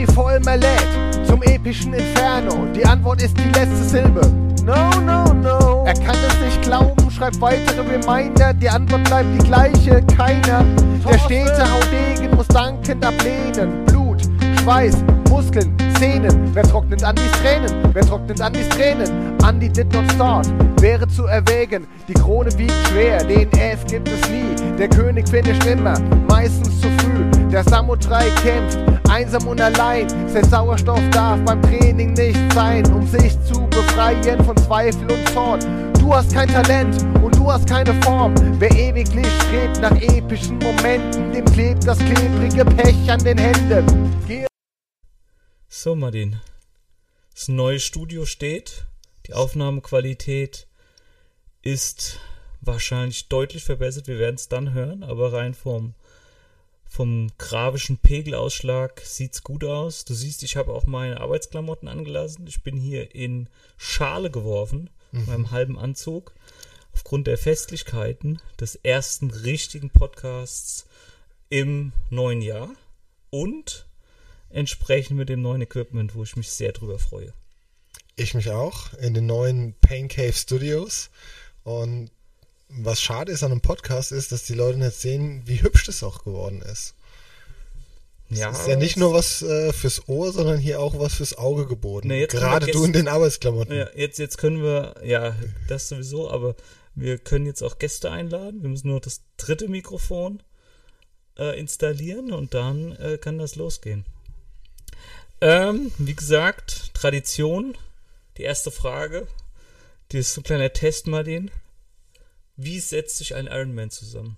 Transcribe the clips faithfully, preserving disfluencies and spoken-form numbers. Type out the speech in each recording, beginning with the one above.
vor allem erlädt zum epischen Inferno. Die Antwort ist die letzte Silbe. No, no, no. Er kann es nicht glauben, schreibt weitere Reminder. Die Antwort bleibt die gleiche, keiner. Der stete Haudegen muss dankend ablehnen. Blut, Schweiß, Muskeln, Zähnen. Wer trocknet Andys Tränen? Wer trocknet Andys Tränen? Andy did not start. Wäre zu erwägen, die Krone wiegt schwer. D N F gibt es nie. Der König finisht immer, meistens zu früh. Der Samurai kämpft, einsam und allein. Sein Sauerstoff darf beim Training nicht sein, um sich zu befreien von Zweifel und Zorn. Du hast kein Talent und du hast keine Form. Wer ewiglich strebt nach epischen Momenten, dem klebt das klebrige Pech an den Händen. Geh So, Martin. Das neue Studio steht. Die Aufnahmequalität ist wahrscheinlich deutlich verbessert. Wir werden es dann hören, aber rein vom, vom grafischen Pegelausschlag sieht es gut aus. Du siehst, ich habe auch meine Arbeitsklamotten angelassen. Ich bin hier in Schale geworfen, mhm. in meinem halben Anzug, aufgrund der Festlichkeiten des ersten richtigen Podcasts im neuen Jahr und entsprechend mit dem neuen Equipment, wo ich mich sehr drüber freue. Ich mich auch, in den neuen Pain Cave Studios. Und was schade ist an einem Podcast ist, dass die Leute nicht sehen, wie hübsch das auch geworden ist. Ja, es ist ja nicht nur was äh, fürs Ohr, sondern hier auch was fürs Auge geboten. Ne, Gerade du in den Arbeitsklamotten. Ja, jetzt, jetzt können wir, ja, das sowieso, aber wir können jetzt auch Gäste einladen. Wir müssen nur das dritte Mikrofon äh, installieren und dann äh, kann das losgehen. Ähm, wie gesagt, Tradition. Die erste Frage, die ist so ein kleiner Test, Martin. Wie setzt sich ein Ironman zusammen?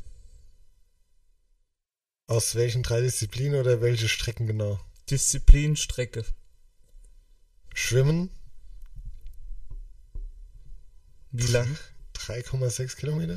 Aus welchen drei Disziplinen oder welche Strecken genau? Disziplin, Strecke. Schwimmen. Wie lang? drei Komma sechs Kilometer.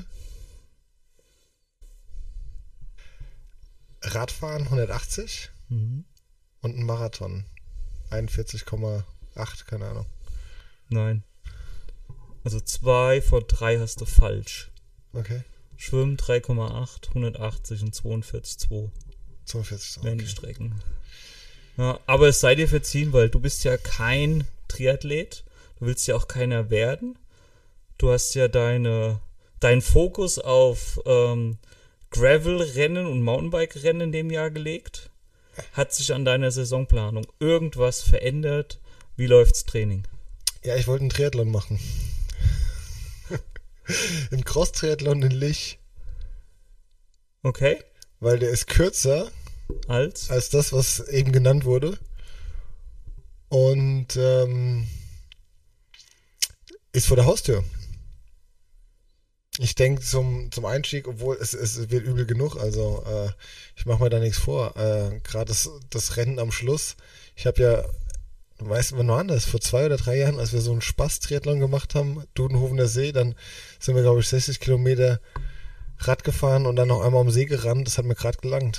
Radfahren hundertachtzig. Mhm. Und ein Marathon. einundvierzig Komma acht, keine Ahnung. Nein. Also zwei von drei hast du falsch. Okay. Schwimmen drei Komma acht, hundertachtzig und zweiundvierzig Komma zwei. zweiundvierzig, Wären okay. die Strecken. Ja, aber es sei dir verziehen, weil du bist ja kein Triathlet. Du willst ja auch keiner werden. Du hast ja deine, deinen Fokus auf ähm, Gravel-Rennen und Mountainbike-Rennen in dem Jahr gelegt. Hat sich an deiner Saisonplanung irgendwas verändert? Wie läuft's Training? Ja, ich wollte einen Triathlon machen. Ein Cross-Triathlon in Lich. Okay. Weil der ist kürzer als, als das, was eben genannt wurde. Und ähm, ist vor der Haustür. Ich denke zum, zum Einstieg, obwohl es, es wird übel genug, also äh, ich mache mir da nichts vor. Äh, Gerade das, das Rennen am Schluss. Ich habe ja, weißt du, wann war das? Vor zwei oder drei Jahren, als wir so einen Spaß-Triathlon gemacht haben, Dudenhofener See, dann sind wir, glaube ich, sechzig Kilometer Rad gefahren und dann noch einmal am See gerannt. Das hat mir gerade gelangt.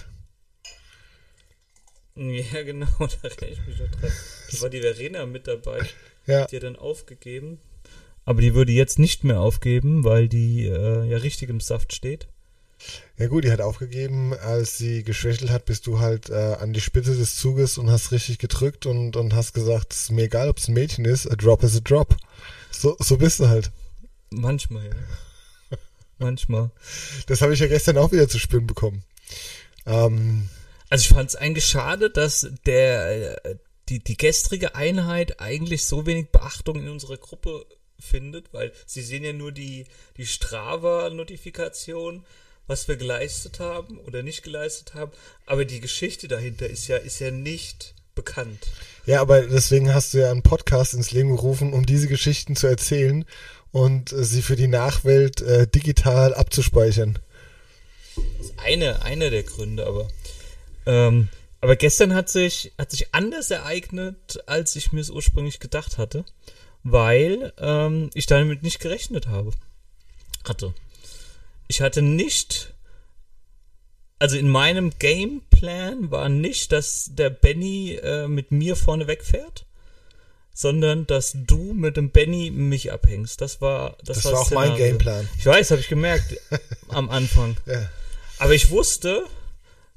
Ja, genau, da erinnere ich mich noch dran. Da war die Verena mit dabei. Ja. Die hat dann aufgegeben. Aber die würde jetzt nicht mehr aufgeben, weil die äh, ja richtig im Saft steht. Ja gut, die hat aufgegeben, als sie geschwächelt hat, bist du halt äh, an die Spitze des Zuges und hast richtig gedrückt und, und hast gesagt, es ist mir egal, ob es ein Mädchen ist, a drop is a drop. So, so bist du halt. Manchmal, ja. Manchmal. Das habe ich ja gestern auch wieder zu spüren bekommen. Ähm, also ich fand es eigentlich schade, dass der äh, die, die gestrige Einheit eigentlich so wenig Beachtung in unserer Gruppe findet, weil sie sehen ja nur die, die Strava-Notifikation, was wir geleistet haben oder nicht geleistet haben, aber die Geschichte dahinter ist ja, ist ja nicht bekannt. Ja, aber deswegen hast du ja einen Podcast ins Leben gerufen, um diese Geschichten zu erzählen und äh, sie für die Nachwelt äh, digital abzuspeichern. Das ist eine, einer der Gründe, aber ähm, aber gestern hat sich, hat sich anders ereignet, als ich mir es ursprünglich gedacht hatte. Weil ähm, ich damit nicht gerechnet habe. Hatte. Ich hatte nicht, also in meinem Gameplan war nicht, dass der Benny äh, mit mir vorne wegfährt, sondern dass du mit dem Benny mich abhängst. Das war das, das war, war auch mein Gameplan. Ich weiß, habe ich gemerkt am Anfang. Ja. Aber ich wusste,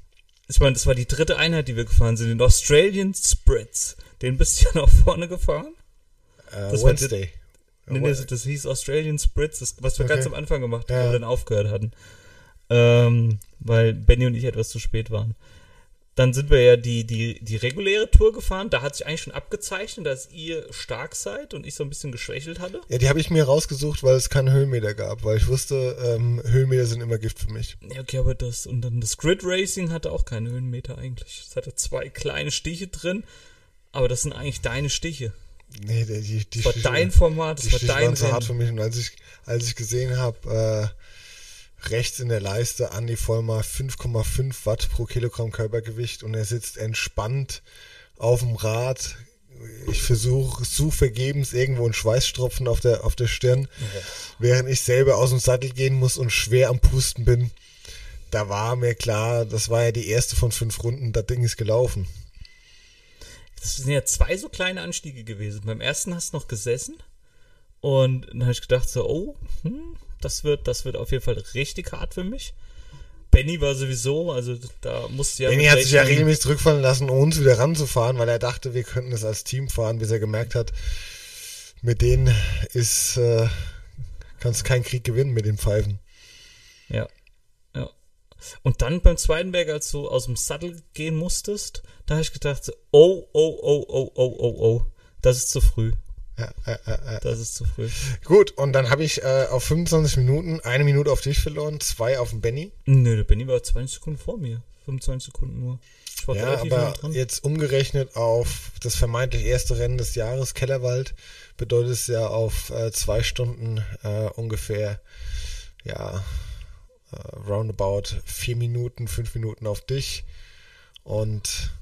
ich meine, das war die dritte Einheit, die wir gefahren sind, den Australian Spritz. Den bist du ja nach vorne gefahren. Uh, das Wednesday. Nee, nee, das, das hieß Australian Spritz, das, was wir Okay. ganz am Anfang gemacht haben, Ja. wo wir dann aufgehört hatten. Ähm, weil Benny und ich etwas zu spät waren. Dann sind wir ja die, die, die reguläre Tour gefahren. Da hat sich eigentlich schon abgezeichnet, dass ihr stark seid und ich so ein bisschen geschwächelt hatte. Ja, die habe ich mir rausgesucht, weil es keinen Höhenmeter gab, weil ich wusste, ähm, Höhenmeter sind immer Gift für mich. Ja, okay, aber das, und dann das Grid Racing hatte auch keine Höhenmeter eigentlich. Es hatte zwei kleine Stiche drin, aber das sind eigentlich deine Stiche. Nee, die, die, die Das war Stiche- dein Format, die das war Stiche dein waren zu hart Rennen. für mich. Und als ich, als ich gesehen habe, äh, rechts in der Leiste Andi Vollmer fünf Komma fünf Watt pro Kilogramm Körpergewicht und er sitzt entspannt auf dem Rad. Ich versuche, suche vergebens irgendwo einen Schweißstropfen auf der, auf der Stirn, während ich selber aus dem Sattel gehen muss und schwer am Pusten bin. Da war mir klar, das war ja die erste von fünf Runden, das Ding ist gelaufen. Das sind ja zwei so kleine Anstiege gewesen. Beim ersten hast du noch gesessen und dann habe ich gedacht so, oh, hm, das wird, das wird auf jeden Fall richtig hart für mich. Benny war sowieso, also da musste ja... Benny mit hat sich ja rechnen. regelmäßig zurückfallen lassen, um uns wieder ranzufahren, weil er dachte, wir könnten es als Team fahren, bis er gemerkt hat, mit denen ist, äh, kannst keinen Krieg gewinnen mit den Pfeifen. Ja, ja. Und dann beim zweiten Berg, als du aus dem Sattel gehen musstest, da habe ich gedacht, so, oh, oh, oh, oh, oh, oh, oh, das ist zu früh. Ja, äh, äh, äh. Das ist zu früh. Gut, und dann habe ich äh, auf fünfundzwanzig Minuten eine Minute auf dich verloren, zwei auf den Benny. Nö, der Benny war zwanzig Sekunden vor mir. fünfundzwanzig Sekunden nur. Ich war Ja, relativ nah aber dran. jetzt umgerechnet auf das vermeintlich erste Rennen des Jahres, Kellerwald, bedeutet es ja auf äh, zwei Stunden äh, ungefähr, ja, äh, roundabout vier Minuten, fünf Minuten auf dich und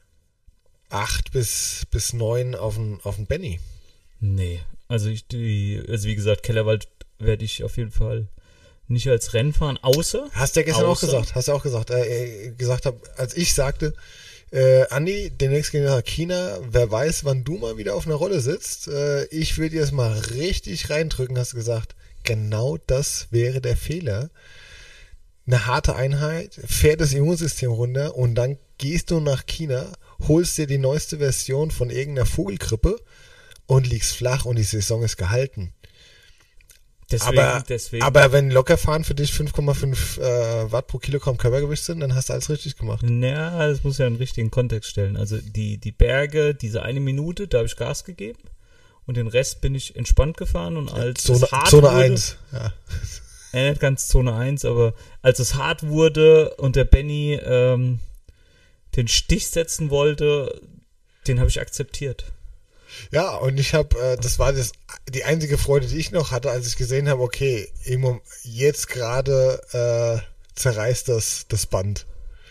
acht bis, bis neun auf den, auf den Benny. Nee, also ich, die, also wie gesagt, Kellerwald werde ich auf jeden Fall nicht als Rennen fahren, außer... Hast du ja gestern auch Außer- gesagt, hast du auch gesagt, äh, äh, gesagt hab, als ich sagte, äh, Andi, demnächst gehen wir nach China, wer weiß, wann du mal wieder auf einer Rolle sitzt, äh, ich würde dir das mal richtig reindrücken, hast du gesagt, genau das wäre der Fehler. Eine harte Einheit, fährt das Immunsystem runter und dann gehst du nach China, holst dir die neueste Version von irgendeiner Vogelgrippe und liegst flach und die Saison ist gehalten. Deswegen, Aber, deswegen. aber wenn Lockerfahren für dich fünf Komma fünf äh, Watt pro Kilogramm Körpergewicht sind, dann hast du alles richtig gemacht. Naja, das muss ja einen richtigen Kontext stellen. Also die, die Berge, diese eine Minute, da habe ich Gas gegeben und den Rest bin ich entspannt gefahren und als Zone, es hart Zone wurde, eins. Ja. äh, nicht ganz Zone eins, aber als es hart wurde und der Benny ähm, den Stich setzen wollte, den habe ich akzeptiert. Ja, und ich habe, äh, das war das, die einzige Freude, die ich noch hatte, als ich gesehen habe, okay, im Mom- jetzt gerade äh, zerreißt das, das Band.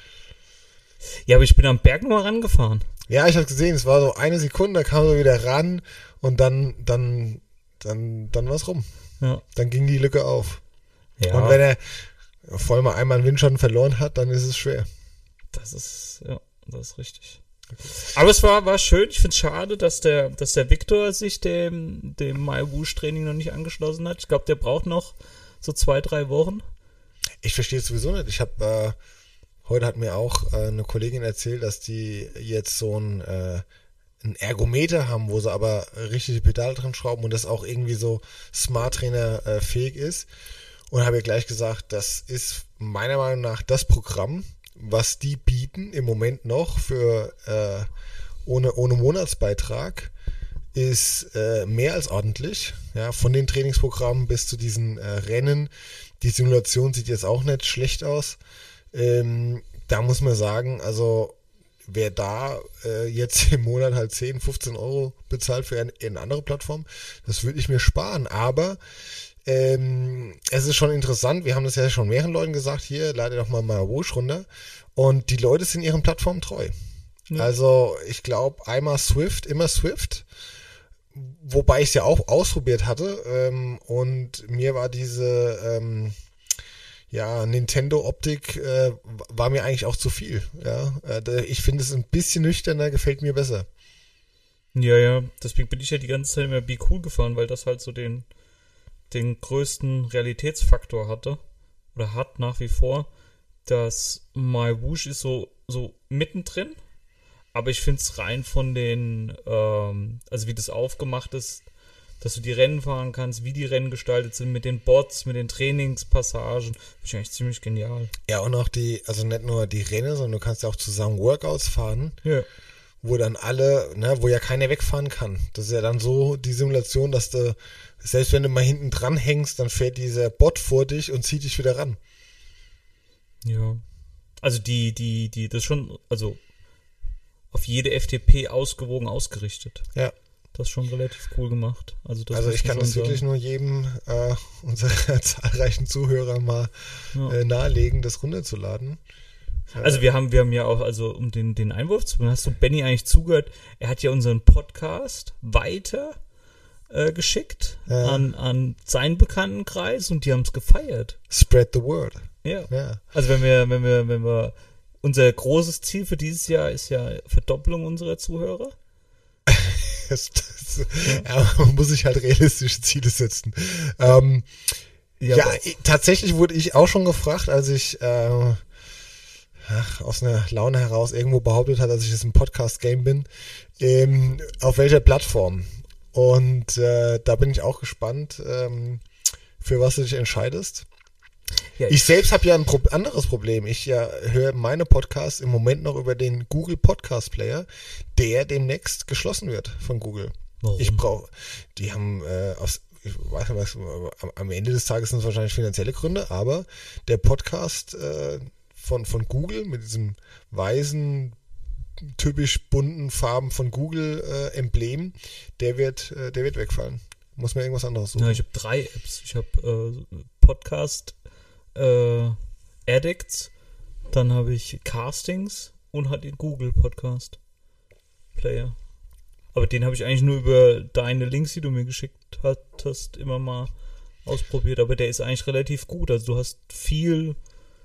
Ja, aber ich bin am Berg nochmal rangefahren. Ja, ich habe gesehen, es war so eine Sekunde, da kam er wieder ran und dann, dann, dann, dann war's rum. Ja. Dann ging die Lücke auf. Ja, Und wenn er voll mal einmal einen Windschatten verloren hat, dann ist es schwer. das ist, ja, das ist richtig. Aber es war, war schön. Ich finde es schade, dass der, dass der Viktor sich dem, dem Mai-Wush-Training noch nicht angeschlossen hat. Ich glaube, der braucht noch so zwei, drei Wochen. Ich verstehe es sowieso nicht. Ich habe äh, heute hat mir auch äh, eine Kollegin erzählt, dass die jetzt so ein, äh, ein Ergometer haben, wo sie aber richtig die Pedale dran schrauben und das auch irgendwie so Smart Trainer äh, fähig ist. Und habe ihr gleich gesagt, das ist meiner Meinung nach das Programm, was die bieten im Moment noch für äh, ohne, ohne Monatsbeitrag, ist äh, mehr als ordentlich. Ja, von den Trainingsprogrammen bis zu diesen äh, Rennen. Die Simulation sieht jetzt auch nicht schlecht aus. Ähm, da muss man sagen, also wer da äh, jetzt im Monat halt zehn, fünfzehn Euro bezahlt für eine, eine andere Plattform, das würde ich mir sparen. Aber ähm, es ist schon interessant, wir haben das ja schon mehreren Leuten gesagt, hier, lade doch mal mal Wush runter. Und die Leute sind ihren Plattformen treu. Ja. Also ich glaube, einmal Swift, immer Swift. Wobei ich es ja auch ausprobiert hatte. Ähm, und mir war diese ähm, ja, Nintendo-Optik äh, war mir eigentlich auch zu viel. Ja, äh, ich finde es ein bisschen nüchterner, gefällt mir besser. Ja, ja, deswegen bin ich ja die ganze Zeit immer Be Cool gefahren, weil das halt so den, den größten Realitätsfaktor hatte. Oder hat nach wie vor. das My Whoosh ist so, so mittendrin, aber ich finde es rein von den, ähm, also wie das aufgemacht ist, dass du die Rennen fahren kannst, wie die Rennen gestaltet sind, mit den Bots, mit den Trainingspassagen, finde ich eigentlich ziemlich genial. Ja, und auch die, also nicht nur die Rennen, sondern du kannst ja auch zusammen Workouts fahren, Ja. wo dann alle, ne, wo ja keiner wegfahren kann. Das ist ja dann so die Simulation, dass du, selbst wenn du mal hinten dran hängst, dann fährt dieser Bot vor dich und zieht dich wieder ran. Ja. Also die, die, die, das ist schon, also auf jede F T P ausgewogen ausgerichtet. Ja. Das ist schon relativ cool gemacht. Also, das Also ich kann das wirklich nur jedem äh, unserer zahlreichen Zuhörer mal Ja. äh, nahelegen, das runterzuladen. Also wir haben, wir haben ja auch, also um den, den Einwurf zu machen, hast du Benny eigentlich zugehört? Er hat ja unseren Podcast weiter äh, geschickt Ja. an, an seinen Bekanntenkreis und die haben es gefeiert. Spread the word. Ja. Ja. Also wenn wir, wenn wir, wenn wir, unser großes Ziel für dieses Jahr ist ja Verdopplung unserer Zuhörer. Das, das, ja, man muss sich halt realistische Ziele setzen. Ähm, Ja, ja, aber- ich, tatsächlich wurde ich auch schon gefragt, als ich äh, ach, aus einer Laune heraus irgendwo behauptet hat, dass ich jetzt im Podcast-Game bin, ähm, auf welcher Plattform. Und äh, da bin ich auch gespannt, ähm, für was du dich entscheidest. Ja, Ich selbst habe ja ein Pro- anderes Problem. Ich ja höre meine Podcasts im Moment noch über den Google Podcast Player, der demnächst geschlossen wird von Google. Warum? Ich brauche, die haben äh, aus, ich weiß nicht was, am, am Ende des Tages sind es wahrscheinlich finanzielle Gründe, aber der Podcast äh, von von Google mit diesem weißen, typisch bunten Farben von Google äh, Emblem, der wird äh, der wird wegfallen. Muss man irgendwas anderes suchen. Ja, ich habe drei Apps. Ich habe äh, Podcast äh, Addicts, dann habe ich Castings und halt den Google Podcast Player. Aber den habe ich eigentlich nur über deine Links, die du mir geschickt hattest, immer mal ausprobiert. Aber der ist eigentlich relativ gut. Also du hast viel,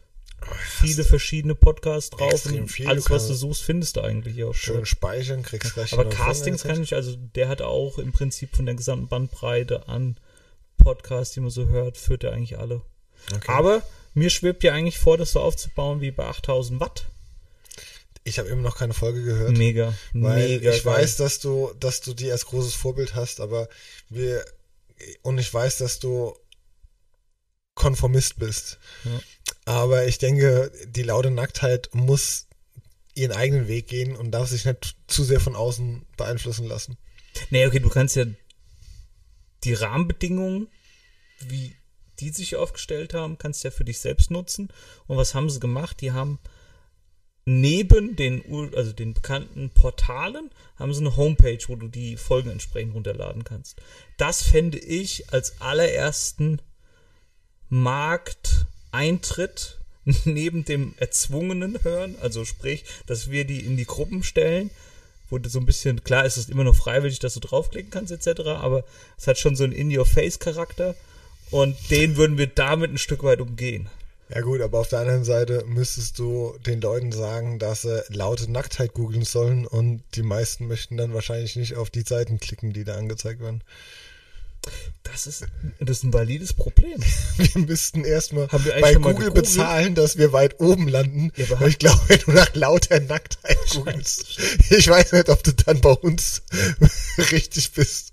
viele verschiedene Podcasts drauf. Extrem Und viel. alles, Du was du kannst suchst, findest du eigentlich auch. Schön dort. speichern, kriegst gleich Aber einen Castings Empfang kann ich, also der hat auch im Prinzip von der gesamten Bandbreite an Podcasts, die man so hört, führt er eigentlich alle. Okay. Aber mir schwebt ja eigentlich vor, das so aufzubauen wie bei achttausend Watt. Ich habe immer noch keine Folge gehört. Mega, Weil mega ich geil. weiß, dass du, dass du die als großes Vorbild hast, aber wir, und ich weiß, dass du Konformist bist. Ja. Aber ich denke, die laute Nacktheit muss ihren eigenen Weg gehen und darf sich nicht zu sehr von außen beeinflussen lassen. Nee, okay, du kannst ja die Rahmenbedingungen, wie die sich aufgestellt haben, kannst du ja für dich selbst nutzen. Und was haben sie gemacht? Die haben neben den, Ur- also den bekannten Portalen, haben sie eine Homepage, wo du die Folgen entsprechend runterladen kannst. Das fände ich als allerersten Markteintritt neben dem erzwungenen Hören, also sprich, dass wir die in die Gruppen stellen, wo du so ein bisschen, klar ist es immer noch freiwillig, dass du draufklicken kannst et cetera, aber es hat schon so einen In-Your-Face-Charakter und den würden wir damit ein Stück weit umgehen. Ja gut, aber auf der anderen Seite müsstest du den Leuten sagen, dass sie laute Nacktheit googeln sollen und die meisten möchten dann wahrscheinlich nicht auf die Seiten klicken, die da angezeigt werden. Das ist, das ist ein valides Problem. Wir müssten erstmal Haben wir eigentlich bei schon mal Google gegoogelt? bezahlen, dass wir weit oben landen. Ja, aber weil ich glaube, wenn du nach lauter Nacktheit googelst, ich weiß nicht, ob du dann bei uns richtig bist.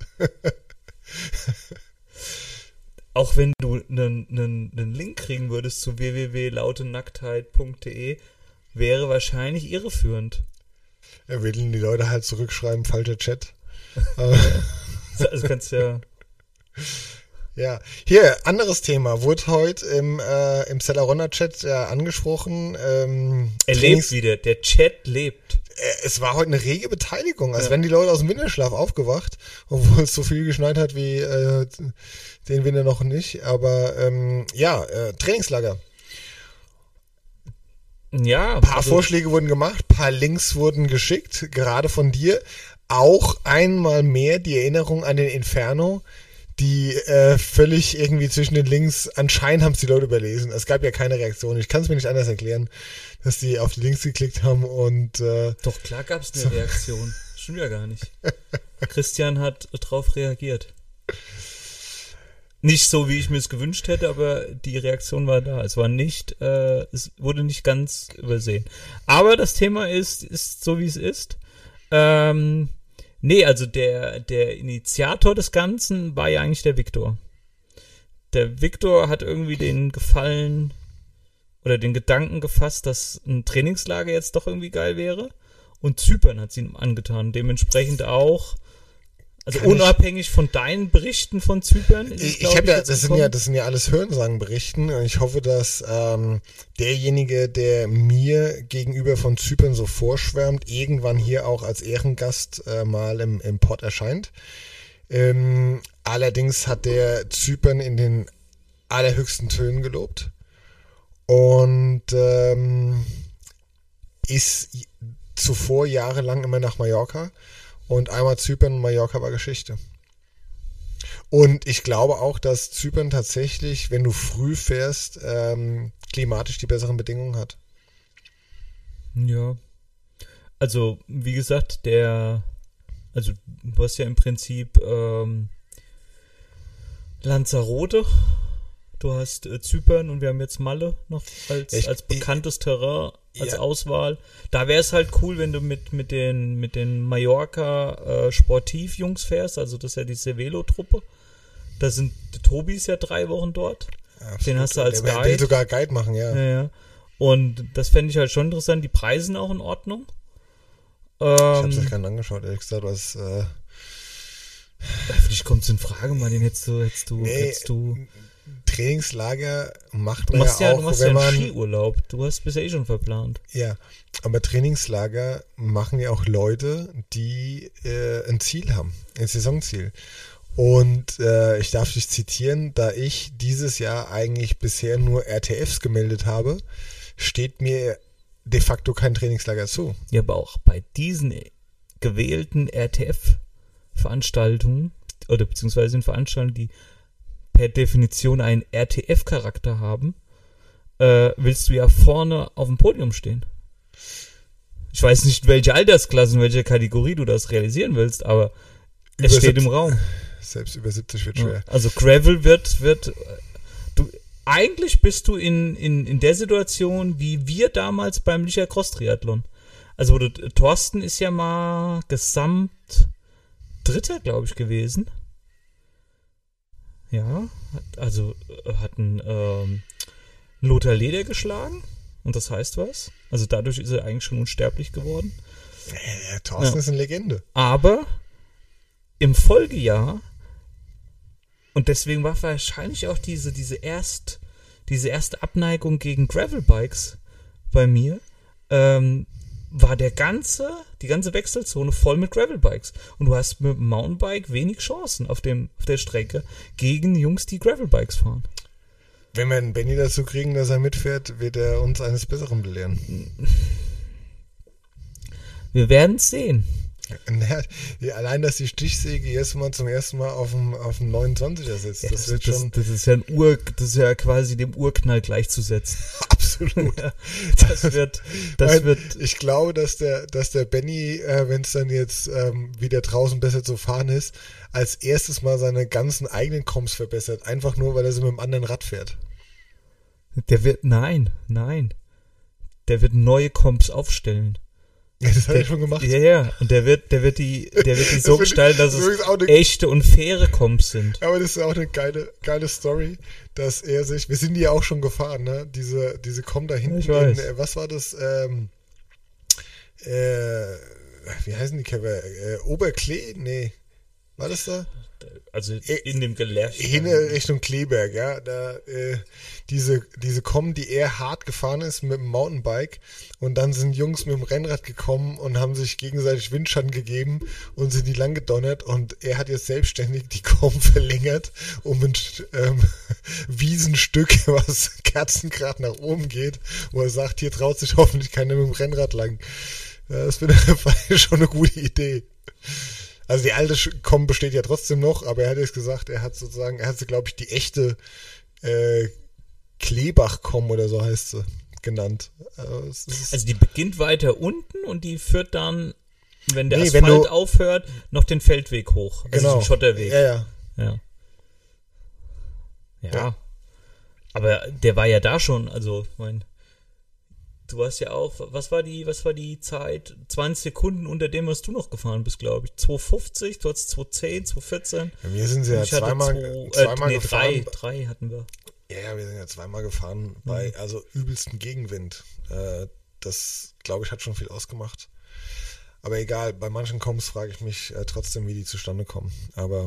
Auch wenn du einen, einen, einen Link kriegen würdest zu w w w punkt lautenacktheit punkt d e, wäre wahrscheinlich irreführend. Er will die Leute halt zurückschreiben, falscher Chat. Also kannst ja. Ja, hier, anderes Thema, wurde heute im, äh, im Celarona-Chat ja angesprochen. Ähm, Er Trainings- lebt wieder, der Chat lebt. Äh, Es war heute eine rege Beteiligung, als Ja. wenn die Leute aus dem Winterschlaf aufgewacht, obwohl es so viel geschneit hat wie äh, den Winter noch nicht. Aber ähm, ja, äh, Trainingslager. Ja, Ein paar also, Vorschläge wurden gemacht, paar Links wurden geschickt, gerade von dir. Auch einmal mehr die Erinnerung an den Inferno, die äh, völlig irgendwie zwischen den Links, anscheinend haben es die Leute überlesen. Es gab ja keine Reaktion. Ich kann es mir nicht anders erklären, dass die auf die Links geklickt haben und äh, doch klar gab es eine Reaktion. Schon wieder gar nicht. Christian hat drauf reagiert. Nicht so, wie ich mir es gewünscht hätte, aber die Reaktion war da. Es war nicht, äh, es wurde nicht ganz übersehen. Aber das Thema ist, ist so, wie es ist. Ähm, nee, also der, der Initiator des Ganzen war ja eigentlich der Viktor. Der Viktor hat irgendwie den Gefallen oder den Gedanken gefasst, dass ein Trainingslager jetzt doch irgendwie geil wäre. Und Zypern hat es ihm angetan. Dementsprechend auch. Also Kann unabhängig ich, von deinen Berichten von Zypern. Ist ich es, ich habe ja, das das sind ja, das sind ja alles Hörensagenberichten und ich hoffe, dass ähm, derjenige, der mir gegenüber von Zypern so vorschwärmt, irgendwann hier auch als Ehrengast äh, mal im, im Pod erscheint. Ähm, allerdings hat der Zypern in den allerhöchsten Tönen gelobt und ähm, ist zuvor jahrelang immer nach Mallorca. Und einmal Zypern und Mallorca war Geschichte. Und ich glaube auch, dass Zypern tatsächlich, wenn du früh fährst, ähm, klimatisch die besseren Bedingungen hat. Ja. Also, wie gesagt, der, also du hast ja im Prinzip ähm, Lanzarote, du hast äh, Zypern und wir haben jetzt Malle noch als, ich, als bekanntes ich, Terrain, als ja. Auswahl. Da wäre es halt cool, wenn du mit, mit den, mit den Mallorca äh, Sportiv-Jungs fährst, also das ist ja die Cervelo-Truppe. Da sind, der Tobi ist ja drei Wochen dort. Absolut. Den hast du als der, Guide. Der sogar Guide machen, ja. ja, ja. Und das fände ich halt schon interessant. Die Preise sind auch in Ordnung. Ähm, ich hab's euch gar nicht angeschaut, ehrlich gesagt, was... Äh, vielleicht kommt es in Frage, mal den hättest du, hättest du, nee, hättest du... Trainingslager macht Du man machst ja, ja, auch, du machst wenn ja einen man... Skiurlaub. Du hast bisher eh schon verplant. Ja, aber Trainingslager machen ja auch Leute, die äh, ein Ziel haben, ein Saisonziel. Und äh, ich darf dich zitieren, da ich dieses Jahr eigentlich bisher nur R T Fs gemeldet habe, steht mir de facto kein Trainingslager zu. Ja, aber auch bei diesen gewählten R T F-Veranstaltungen oder beziehungsweise in Veranstaltungen, die per Definition einen R T F-Charakter haben, äh, willst du ja vorne auf dem Podium stehen. Ich weiß nicht, welche Altersklasse, in welcher Kategorie du das realisieren willst, aber es Über steht im siebzig Raum. Selbst über siebzig wird schwer. Also Gravel wird, wird du, eigentlich bist du in, in, in der Situation, wie wir damals beim Licher Cross Triathlon. Also du, Thorsten ist ja mal gesamt Dritter, glaube ich, gewesen. Ja, hat, also hat einen ähm, Lothar Leder geschlagen und das heißt was. Also dadurch ist er eigentlich schon unsterblich geworden. Ja, Thorsten ja. ist eine Legende. Aber im Folgejahr, und deswegen war wahrscheinlich auch diese, diese, erst, diese erste Abneigung gegen Gravelbikes bei mir, ähm, war der ganze, die ganze Wechselzone voll mit Gravelbikes. Und du hast mit dem Mountainbike wenig Chancen auf, dem, auf der Strecke gegen Jungs, die Gravelbikes fahren. Wenn wir einen Benny dazu kriegen, dass er mitfährt, wird er uns eines Besseren belehren. Wir werden es sehen. Ja, allein, dass die Stichsäge jetzt mal zum ersten Mal auf dem, auf dem neunundzwanziger sitzt, ja, das, das wird das, schon... Das ist ja ein Ur, das ist ja quasi dem Urknall gleichzusetzen. Absolut. Ja, das wird, das Weil wird... Ich glaube, dass der, dass der Benny, äh, wenn es dann jetzt ähm, wieder draußen besser zu fahren ist, als erstes mal seine ganzen eigenen Comps verbessert, einfach nur, weil er sie mit einem anderen Rad fährt. Der wird, nein, nein. Der wird neue Comps aufstellen. Ja, das hat der, er schon gemacht. Ja, ja. Und der wird, der wird die, der wird die so gestalten, dass es eine, echte und faire Comps sind. Aber das ist auch eine geile, geile Story, dass er sich, wir sind die ja auch schon gefahren, ne? Diese, diese Com da hinten. Ich weiß. In, was war das? Ähm, äh, wie heißen die Cover? Äh, Oberklee? Nee. War das da? Also in dem Gelärm. Hin Richtung Kleberg, ja. Da, äh, diese, diese kommen, die eher hart gefahren ist mit dem Mountainbike und dann sind Jungs mit dem Rennrad gekommen und haben sich gegenseitig Windschatten gegeben und sind die lang gedonnert und er hat jetzt selbstständig die Com verlängert um ein ähm, Wiesenstück, was kerzengrad nach oben geht, wo er sagt, hier traut sich hoffentlich keiner mit dem Rennrad lang. Ja, das wäre schon eine gute Idee. Also die alte Com besteht ja trotzdem noch, aber er hat jetzt gesagt, er hat sozusagen, er hat sie, glaube ich, die echte äh, Kleebach-Com oder so heißt sie, genannt. Also, also die beginnt weiter unten und die führt dann, wenn der nee, Asphalt wenn du, aufhört, noch den Feldweg hoch. Also genau, den Schotterweg. Ja, ja. ja. Ja. Ja. Aber der war ja da schon, also, ich mein, du hast ja auch, was war die, was war die Zeit? zwanzig Sekunden unter dem, was du noch gefahren bist, glaube ich. zwei fünfzig, du hattest zwei zehn, zwei vierzehn. Ja, wir sind ja Ich hatte zweimal, zwei, zweimal äh, nee, drei, gefahren. drei hatten wir. Ja, ja, wir sind ja zweimal gefahren bei Mhm. also übelsten Gegenwind. Äh, das, glaube ich, hat schon viel ausgemacht. Aber egal, bei manchen Coms frage ich mich äh, trotzdem, wie die zustande kommen. Aber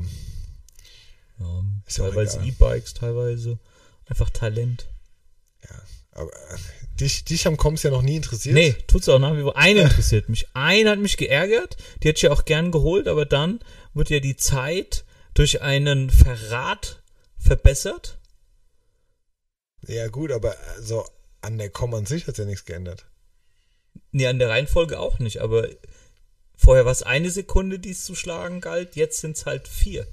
Ja, Ist ja auch teilweise egal. E-Bikes, teilweise einfach Talent. ja, aber äh, dich, dich haben Coms ja noch nie interessiert. Nee, tut's auch nach wie vor. Eine interessiert mich. Eine hat mich geärgert, die hätte ich ja auch gern geholt, aber dann wird ja die Zeit durch einen Verrat verbessert. Ja gut, aber also an der Com an sich hat ja nichts geändert. Nee, an der Reihenfolge auch nicht, aber vorher war es eine Sekunde, die es zu schlagen galt, jetzt sind es halt vier.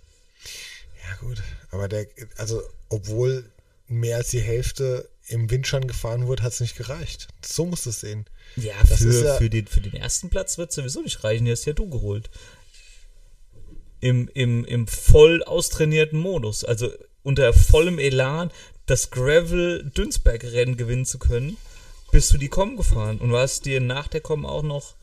Ja gut, aber der, also obwohl mehr als die Hälfte im Windschatten gefahren wurde, hat es nicht gereicht. So musst du es sehen. Ja, Das für, ist ja- für, den, für den ersten Platz wird sowieso nicht reichen, die hast ja du geholt. Im, im, im voll austrainierten Modus, also unter vollem Elan das Gravel-Dünsberg-Rennen gewinnen zu können, bist du die Com gefahren und warst dir nach der Com auch noch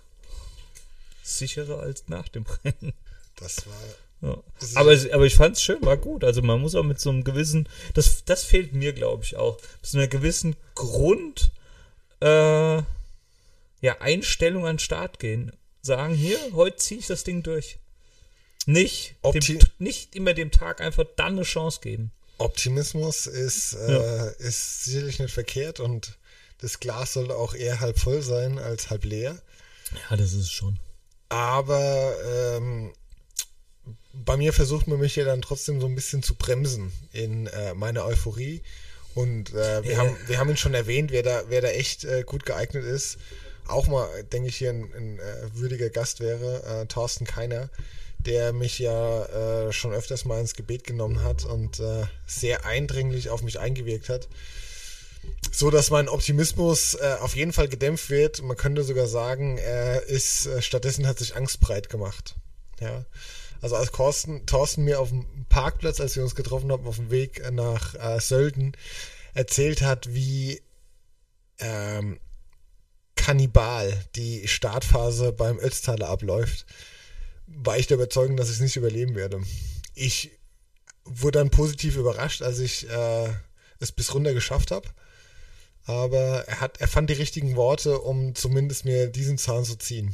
sicherer als nach dem Rennen. Das war Ja. Das Aber, es- aber ich fand's schön, war gut. Also man muss auch mit so einem gewissen, das, das fehlt mir, glaube ich, auch, mit so einer gewissen Grund, äh, ja, Einstellung an den Start gehen. Sagen, hier, heute ziehe ich das Ding durch. Nicht, dem, Opti- nicht immer dem Tag einfach dann eine Chance geben. Optimismus ist, äh, Ja. ist sicherlich nicht verkehrt und das Glas sollte auch eher halb voll sein als halb leer. Ja, das ist es schon. Aber ähm, bei mir versucht man mich ja dann trotzdem so ein bisschen zu bremsen in äh, meiner Euphorie. Und äh, wir, Ja. haben, wir haben ihn schon erwähnt, wer da, wer da echt äh, gut geeignet ist. Auch mal, denke ich, hier ein, ein äh, würdiger Gast wäre, äh, Thorsten Keiner, der mich ja äh, schon öfters mal ins Gebet genommen hat und äh, sehr eindringlich auf mich eingewirkt hat. So dass mein Optimismus äh, auf jeden Fall gedämpft wird. Man könnte sogar sagen, er ist äh, stattdessen hat sich Angst breit gemacht. Ja. Also als Thorsten, Thorsten mir auf dem Parkplatz, als wir uns getroffen haben, auf dem Weg nach äh, Sölden, erzählt hat, wie ähm, kannibal die Startphase beim Ötztaler abläuft, war ich der Überzeugung, dass ich es nicht überleben werde. Ich wurde dann positiv überrascht, als ich äh, es bis runter geschafft habe. Aber er hat, er fand die richtigen Worte, um zumindest mir diesen Zahn zu ziehen.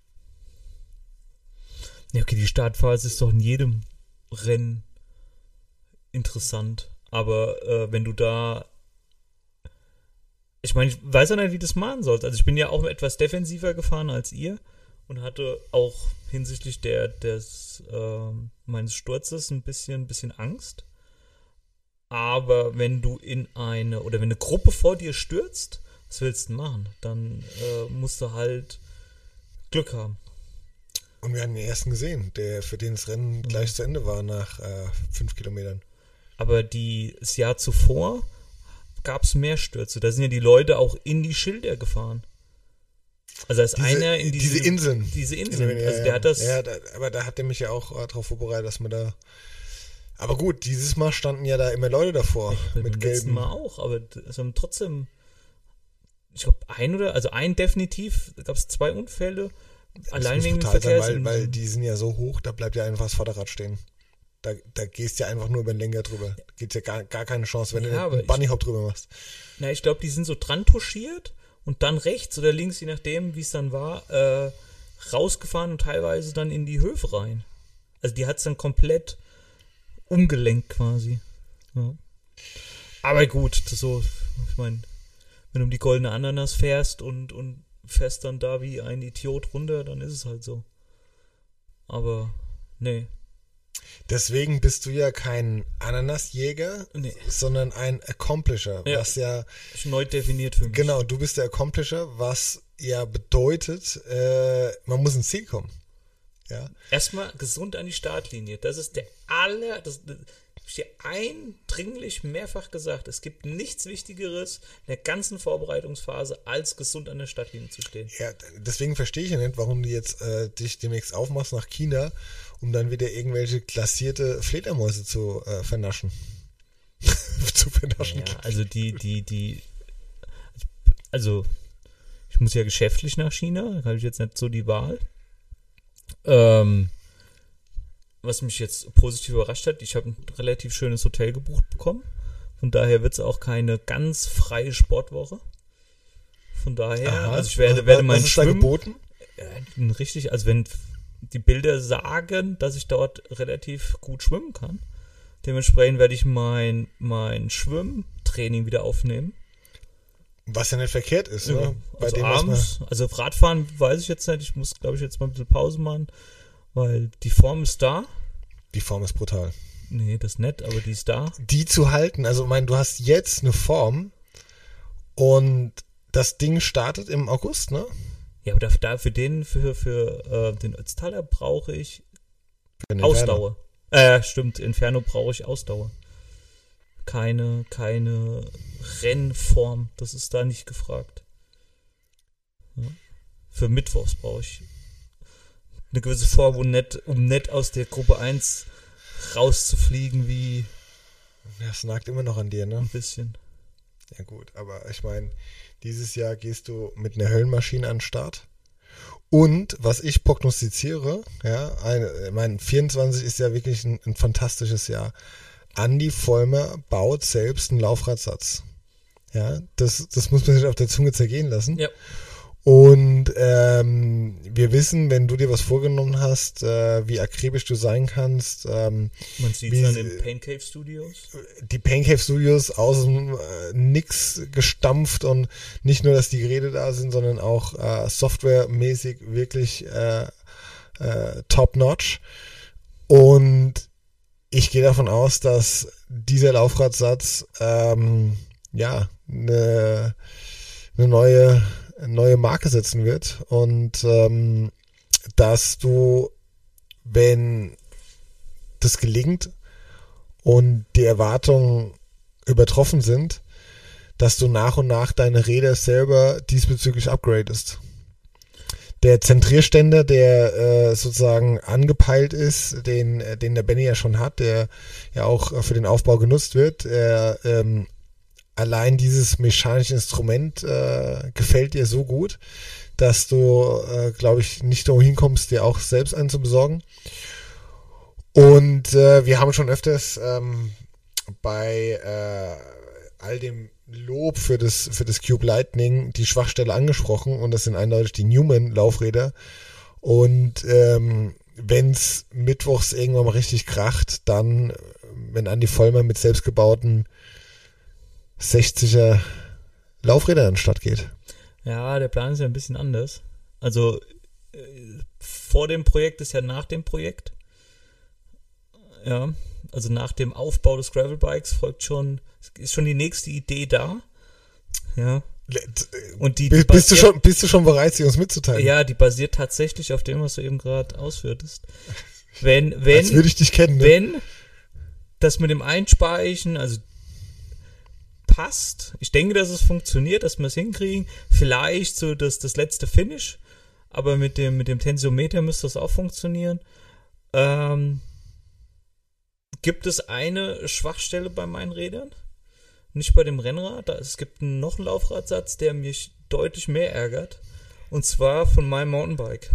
Ja, okay, die Startphase ist doch in jedem Rennen interessant. Aber äh, wenn du da. Ich meine, ich weiß auch nicht, wie du das machen sollst. Also ich bin ja auch etwas defensiver gefahren als ihr und hatte auch hinsichtlich der, des, äh, meines Sturzes ein bisschen, ein bisschen Angst. Aber wenn du in eine, oder wenn eine Gruppe vor dir stürzt, was willst du denn machen? Dann äh, musst du halt Glück haben. Und wir haben den ersten gesehen, der für den das Rennen gleich zu Ende war nach äh, fünf Kilometern. Aber die, das Jahr zuvor gab es mehr Stürze. Da sind ja die Leute auch in die Schilder gefahren. Also als Diese, einer in diese, diese Inseln. Diese Inseln. Ja, Also ja, der hat das. ja, da, aber da hat er mich ja auch äh, darauf vorbereitet, dass man da. Aber gut, dieses Mal standen ja da immer Leute davor beim mit letzten gelben. Mal auch, aber es haben trotzdem, ich glaube, ein oder, also ein definitiv, da gab es zwei Unfälle, allein muss wegen den brutal sein, weil, Verkehrsinseln. weil die sind ja so hoch, da bleibt ja einfach das Vorderrad stehen. Da, da gehst du ja einfach nur über den Lenker drüber. Da gibt es ja gar, gar keine Chance, wenn Ja, du aber einen ich- Bunnyhop drüber machst. Na, ich glaube, die sind so dran touchiert und dann rechts oder links, je nachdem, wie es dann war, äh, rausgefahren und teilweise dann in die Höfe rein. Also die hat es dann komplett umgelenkt quasi. Ja. Aber gut, das so, ich meine, wenn du um die goldene Ananas fährst und, und fährst dann da wie ein Idiot runter, dann ist es halt so. Aber, nee. Deswegen bist du ja kein Ananasjäger, Nee. sondern ein Accomplisher, Ja. was ja, Ist neu definiert für mich. genau, du bist der Accomplisher, was ja bedeutet, äh, man muss ins Ziel kommen. Ja, Erstmal gesund an die Startlinie. Das ist der aller, das, das hab ich dir eindringlich mehrfach gesagt. Es gibt nichts Wichtigeres in der ganzen Vorbereitungsphase, als gesund an der Startlinie zu stehen. ja, deswegen verstehe ich ja nicht, warum du jetzt äh, dich demnächst aufmachst nach China, um dann wieder irgendwelche klassierte Fledermäuse zu äh, vernaschen. zu vernaschen Ja, gibt. also die, die, die, also ich muss ja geschäftlich nach China, da habe ich jetzt nicht so die Wahl. Ähm, was mich jetzt positiv überrascht hat, ich habe ein relativ schönes Hotel gebucht bekommen. Von daher wird es auch keine ganz freie Sportwoche. Von daher, Aha. also ich werde, was, werde was mein ist Schwimmen... da geboten? Ja, richtig, also wenn die Bilder sagen, dass ich dort relativ gut schwimmen kann, dementsprechend werde ich mein, mein Schwimmtraining wieder aufnehmen. Was ja nicht verkehrt ist, Ja, ne? Bei also dem, was abends, also Radfahren weiß ich jetzt nicht, ich muss glaube ich jetzt mal ein bisschen Pause machen, weil die Form ist da. die Form ist brutal. Nee, das ist nett, aber die ist da. Die zu halten, also ich meine, du hast jetzt eine Form und das Ding startet im August, ne? Ja, aber da, da für den, für, für äh, den Ötztaler brauche ich Für den Ausdauer. Äh, stimmt, Inferno brauche ich Ausdauer. Keine, keine Rennform, das ist da nicht gefragt. Ja. Für Mittwochs brauche ich eine gewisse Form, um nicht, um nicht aus der Gruppe eins rauszufliegen wie Ja, es nagt immer noch an dir, ne? ein bisschen. Ja gut, aber ich meine, dieses Jahr gehst du mit einer Höllenmaschine an den Start. Und was ich prognostiziere, ja, ein, ich meine, vierundzwanzig ist ja wirklich ein, ein fantastisches Jahr. Andi Vollmer baut selbst einen Laufradsatz. Ja, das, das muss man sich auf der Zunge zergehen lassen. Ja. Und ähm, wir wissen, wenn du dir was vorgenommen hast, äh, wie akribisch du sein kannst. Ähm, Man sieht wie es dann sie- in Pain Cave Studios. die Pancave Studios aus dem äh, Nix gestampft und nicht nur, dass die Geräte da sind, sondern auch äh, softwaremäßig wirklich äh, äh, top-notch. Und ich gehe davon aus, dass dieser Laufradsatz ähm, ja eine eine neue neue Marke setzen wird und ähm, dass du, wenn das gelingt und die Erwartungen übertroffen sind, dass du nach und nach deine Räder selber diesbezüglich upgradest. Der Zentrierständer, der äh, sozusagen angepeilt ist, den, den der Benny ja schon hat, der ja auch für den Aufbau genutzt wird, er, ähm, allein dieses mechanische Instrument äh, gefällt dir so gut, dass du, äh, glaube ich, nicht dahin kommst, dir auch selbst einen zu besorgen. Und äh, wir haben schon öfters ähm, bei äh, all dem Lob für das für das Cube Lightning die Schwachstelle angesprochen und das sind eindeutig die Newman-Laufräder. Und ähm, wenn es mittwochs irgendwann mal richtig kracht, dann, wenn Andi Vollmer mit selbstgebauten sechziger Laufrädern an den Start geht. Ja, der Plan ist ja ein bisschen anders. Also äh, vor dem Projekt ist ja nach dem Projekt. Ja, also nach dem Aufbau des Gravelbikes folgt schon, ist schon die nächste Idee da. Ja. Und die, die bist, bist, du basiert- schon, bist du schon bereit, sie uns mitzuteilen? Ja, die basiert tatsächlich auf dem, was du eben gerade ausführtest. Wenn, wenn, Als würde ich dich kennen. Ne? wenn das mit dem Einspeichen, also passt, ich denke, dass es funktioniert, dass wir es hinkriegen, vielleicht so das, das letzte Finish, aber mit dem, mit dem Tensiometer müsste das auch funktionieren. Ähm, gibt es eine Schwachstelle bei meinen Rädern? Nicht bei dem Rennrad. Da, es gibt noch einen Laufradsatz, der mich deutlich mehr ärgert. Und zwar von meinem Mountainbike.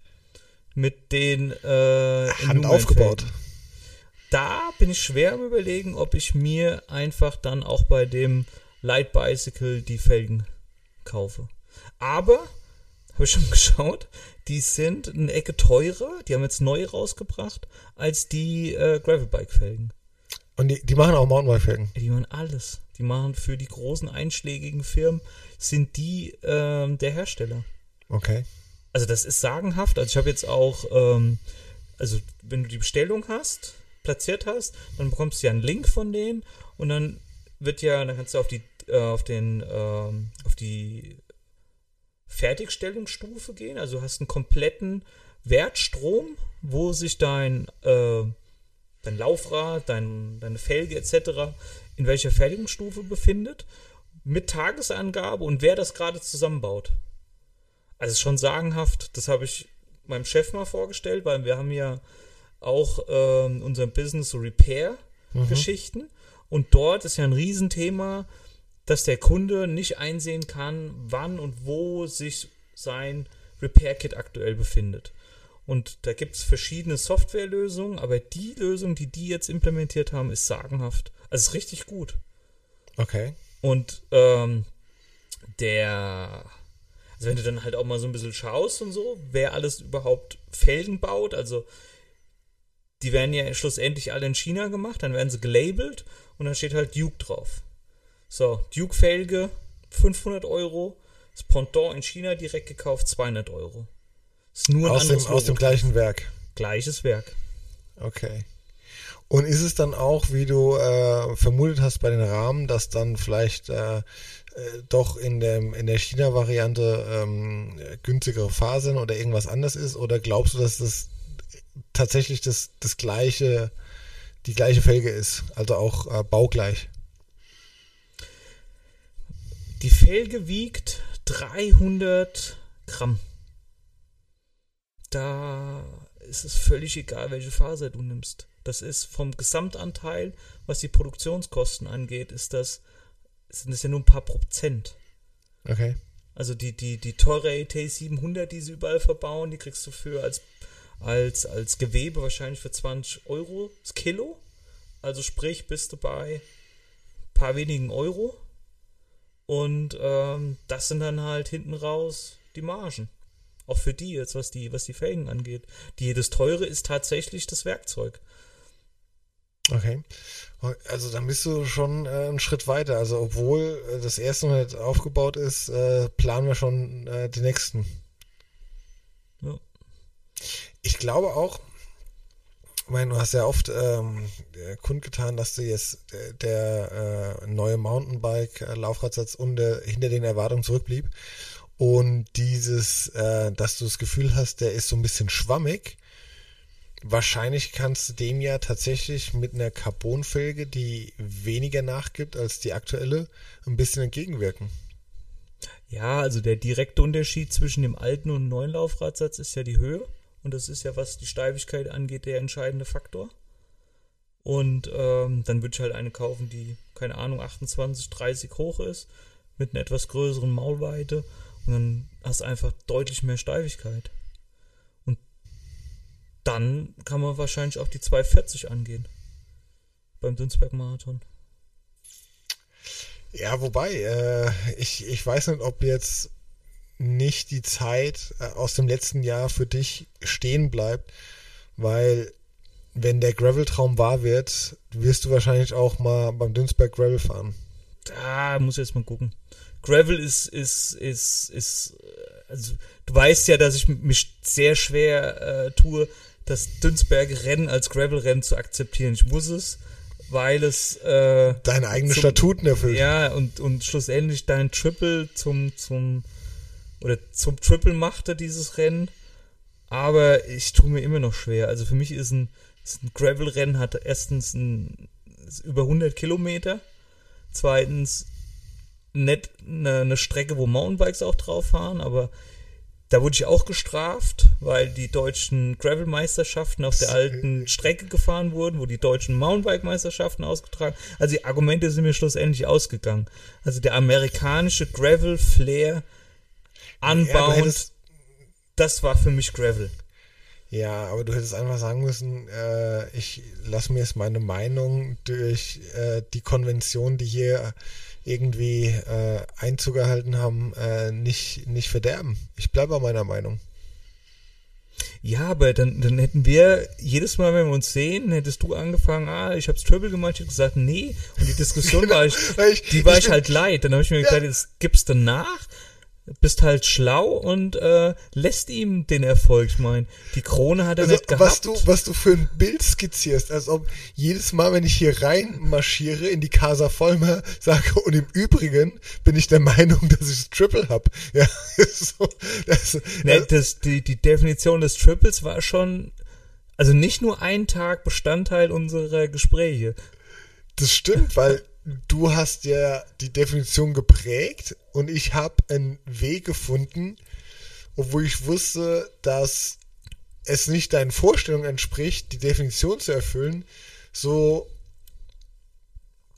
Mit den äh, Hand aufgebaut. Da bin ich schwer am Überlegen, ob ich mir einfach dann auch bei dem Light Bicycle die Felgen kaufe. Aber, habe ich schon geschaut, die sind eine Ecke teurer, die haben jetzt neu rausgebracht, als die äh, Gravelbike-Felgen. Und die, die machen auch Mountainbike-Felgen. Die machen alles. Die machen für die großen einschlägigen Firmen, sind die ähm, der Hersteller. Okay. Also das ist sagenhaft. Also ich habe jetzt auch, ähm, also wenn du die Bestellung hast, platziert hast, dann bekommst du ja einen Link von denen und dann wird ja, dann kannst du auf die, äh, auf den, ähm, auf die Fertigstellungsstufe gehen. Also du hast einen kompletten Wertstrom, wo sich dein, äh, dein Laufrad, dein, deine Felge et cetera in welcher Fertigungsstufe befindet, mit Tagesangabe und wer das gerade zusammenbaut. Also es ist schon sagenhaft, das habe ich meinem Chef mal vorgestellt, weil wir haben ja auch ähm, unserem Business so Repair-Geschichten Und dort ist ja ein Riesenthema, dass der Kunde nicht einsehen kann, wann und wo sich sein Repair-Kit aktuell befindet. Und da gibt es verschiedene Softwarelösungen, aber die Lösung, die die jetzt implementiert haben, ist sagenhaft. Also ist richtig gut. Okay. Und ähm, der, also wenn du dann halt auch mal so ein bisschen schaust und so, wer alles überhaupt Felgen baut, also die werden ja schlussendlich alle in China gemacht, dann werden sie gelabelt und dann steht halt Duke drauf. So, Duke-Felge, fünfhundert Euro, das Pendant in China direkt gekauft, zweihundert Euro. Ist nur ein Aus anderes dem, aus dem Logo gleichen drauf. Werk. Gleiches Werk. Okay. Und ist es dann auch, wie du äh, vermutet hast bei den Rahmen, dass dann vielleicht äh, äh, doch in, dem, in der China-Variante ähm, günstigere Fasern oder irgendwas anderes ist? Oder glaubst du, dass das tatsächlich das, das gleiche, die gleiche Felge ist? Also auch äh, baugleich? Die Felge wiegt dreihundert Gramm. Da ist es völlig egal, welche Faser du nimmst. Das ist vom Gesamtanteil, was die Produktionskosten angeht, ist das, sind das ja nur ein paar Prozent. Okay. Also die, die, die teure A T siebenhundert, die sie überall verbauen, die kriegst du für als, als, als Gewebe wahrscheinlich für zwanzig Euro das Kilo. Also sprich, bist du bei ein paar wenigen Euro. Und ähm, das sind dann halt hinten raus die Margen. Auch für die jetzt, was die, was die Felgen angeht. Die, das Teure ist tatsächlich das Werkzeug. Okay. Also dann bist du schon äh, einen Schritt weiter. Also obwohl äh, das erste noch nicht aufgebaut ist, äh, planen wir schon äh, die nächsten. Ja. Ich glaube auch, ich meine, du hast ja oft ähm, kundgetan, dass du jetzt der, der äh, neue Mountainbike-Laufradsatz unter, hinter den Erwartungen zurückblieb. Und dieses, äh, dass du das Gefühl hast, der ist so ein bisschen schwammig. Wahrscheinlich kannst du dem ja tatsächlich mit einer Carbonfelge, die weniger nachgibt als die aktuelle, ein bisschen entgegenwirken. Ja, also der direkte Unterschied zwischen dem alten und neuen Laufradsatz ist ja die Höhe. Und das ist ja, was die Steifigkeit angeht, der entscheidende Faktor. Und ähm, dann würde ich halt eine kaufen, die, keine Ahnung, achtundzwanzig, dreißig hoch ist, mit einer etwas größeren Maulweite. Und dann hast du einfach deutlich mehr Steifigkeit. Und dann kann man wahrscheinlich auch die zweihundertvierzig angehen. Beim Dünsberg-Marathon. Ja, wobei, äh, ich, ich weiß nicht, ob jetzt nicht die Zeit äh, aus dem letzten Jahr für dich stehen bleibt, weil wenn der Gravel-Traum wahr wird, wirst du wahrscheinlich auch mal beim Dünsberg Gravel fahren. Da muss ich jetzt mal gucken. Gravel ist, ist, ist, ist, also du weißt ja, dass ich mich sehr schwer äh, tue, das Dünsberg-Rennen als Gravel-Rennen zu akzeptieren. Ich muss es, weil es äh, deine eigenen zum, Statuten erfüllt. Ja, und, und schlussendlich dein Triple zum, zum, oder zum Triple machte dieses Rennen. Aber ich tue mir immer noch schwer. Also für mich ist ein, ist ein Gravel-Rennen hat erstens ein, ist über hundert Kilometer. Zweitens nicht eine, eine Strecke, wo Mountainbikes auch drauf fahren, aber da wurde ich auch gestraft, weil die deutschen Gravel-Meisterschaften auf der alten Strecke gefahren wurden, wo die deutschen Mountainbike-Meisterschaften ausgetragen. Also die Argumente sind mir schlussendlich ausgegangen. Also der amerikanische Gravel-Flair anbauend, Ja, hättest, das war für mich Gravel. ja, aber du hättest einfach sagen müssen, äh, ich lasse mir jetzt meine Meinung durch äh, die Konvention, die hier irgendwie äh, Einzug erhalten haben, äh, nicht, nicht verderben. Ich bleibe bei meiner Meinung. Ja, aber dann, dann hätten wir jedes Mal, wenn wir uns sehen, hättest du angefangen, ah, ich hab's Triple gemacht, ich hab gesagt, nee. Und die Diskussion war ich, ich, die war ich ich halt leid. Dann habe ich mir gedacht, jetzt gibst du nach, bist halt schlau und äh, lässt ihm den Erfolg. Ich meine, die Krone hat er also, nicht gehabt. Was du, was du für ein Bild skizzierst, als ob jedes Mal, wenn ich hier reinmarschiere in die Casa Vollmer, sage, und im Übrigen bin ich der Meinung, dass ich das Triple habe. Ja, so, das, Ne, das, die, die Definition des Triples war schon, also nicht nur ein Tag Bestandteil unserer Gespräche. Das stimmt, weil du hast ja die Definition geprägt und ich habe einen Weg gefunden, obwohl ich wusste, dass es nicht deinen Vorstellungen entspricht, die Definition zu erfüllen, so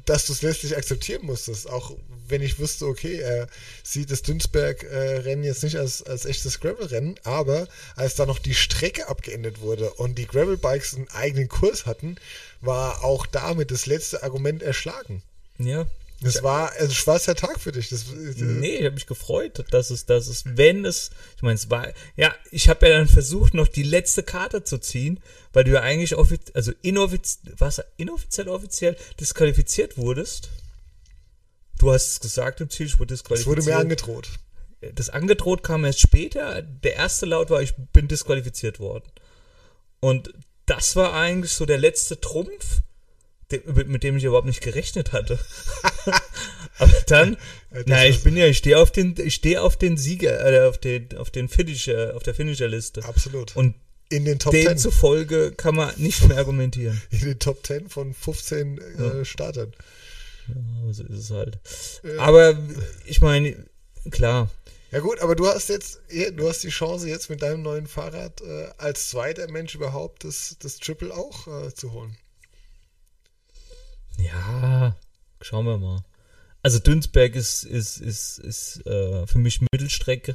dass du es letztlich akzeptieren musstest, auch wenn ich wusste, okay, er sieht das Dünsberg-Rennen jetzt nicht als, als echtes Gravel-Rennen, aber als da noch die Strecke abgeendet wurde und die Gravel-Bikes einen eigenen Kurs hatten, war auch damit das letzte Argument erschlagen. Ja. Das war ein schwarzer Tag für dich. Das, nee, ich habe mich gefreut, dass es, dass es, wenn es, ich meine, es war, ja, ich habe ja dann versucht, noch die letzte Karte zu ziehen, weil du ja eigentlich offiziell, also inoffiziell, was, inoffiziell, offiziell disqualifiziert wurdest. Du hast es gesagt im Ziel, ich wurde disqualifiziert. Es wurde mir angedroht. Das angedroht kam erst später. Der erste Laut war, ich bin disqualifiziert worden. Und das war eigentlich so der letzte Trumpf, mit dem ich überhaupt nicht gerechnet hatte. Aber dann, ja, na, ich bin ja, ich stehe auf den, ich stehe auf den Sieger, äh, auf den, auf den Finisher, auf der Finisher-Liste. Absolut. Und in den Top Ten. Demzufolge kann man nicht mehr argumentieren. In den Top Ten von fünfzehn ja. äh, Startern. Ja, aber so ist es halt. Ja. Aber ich meine, klar. Ja gut, aber du hast jetzt, du hast die Chance jetzt mit deinem neuen Fahrrad äh, als zweiter Mensch überhaupt das, das Triple auch äh, zu holen. Ja, schauen wir mal. Also Dünsberg ist, ist, ist, ist äh, für mich Mittelstrecke.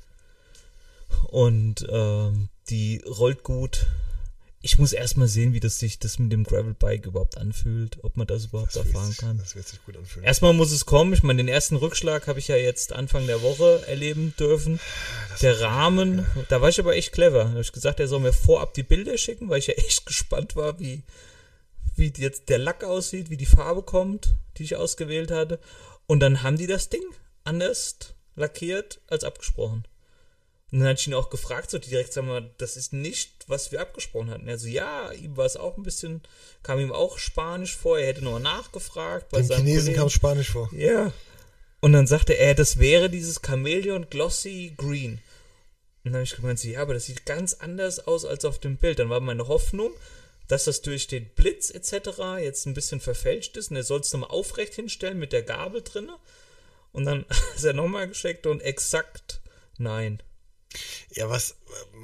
Und ähm, die rollt gut. Ich muss erstmal sehen, wie das sich das mit dem Gravelbike überhaupt anfühlt, ob man das überhaupt das erfahren sich, kann. Das wird sich gut anfühlen. Erstmal muss es kommen. Ich meine, den ersten Rückschlag habe ich ja jetzt Anfang der Woche erleben dürfen. Das der Rahmen, ja. Da war ich aber echt clever. Da habe ich gesagt, er soll mir vorab die Bilder schicken, weil ich ja echt gespannt war, wie wie jetzt der Lack aussieht, wie die Farbe kommt, die ich ausgewählt hatte. Und dann haben die das Ding anders lackiert als abgesprochen. Und dann hatte ich ihn auch gefragt, so direkt, sag mal, das ist nicht, was wir abgesprochen hatten. Also ja, ihm war es auch ein bisschen, kam ihm auch Spanisch vor, er hätte nochmal nachgefragt. Dem Chinesen kam Spanisch vor. Ja. Und dann sagte er, das wäre dieses Chameleon Glossy Green. Und dann habe ich gemeint, so, ja, aber das sieht ganz anders aus als auf dem Bild. Dann war meine Hoffnung, dass das durch den Blitz et cetera jetzt ein bisschen verfälscht ist und er soll es nochmal aufrecht hinstellen mit der Gabel drin. Und dann ist er nochmal gescheckt und exakt nein. Ja, was,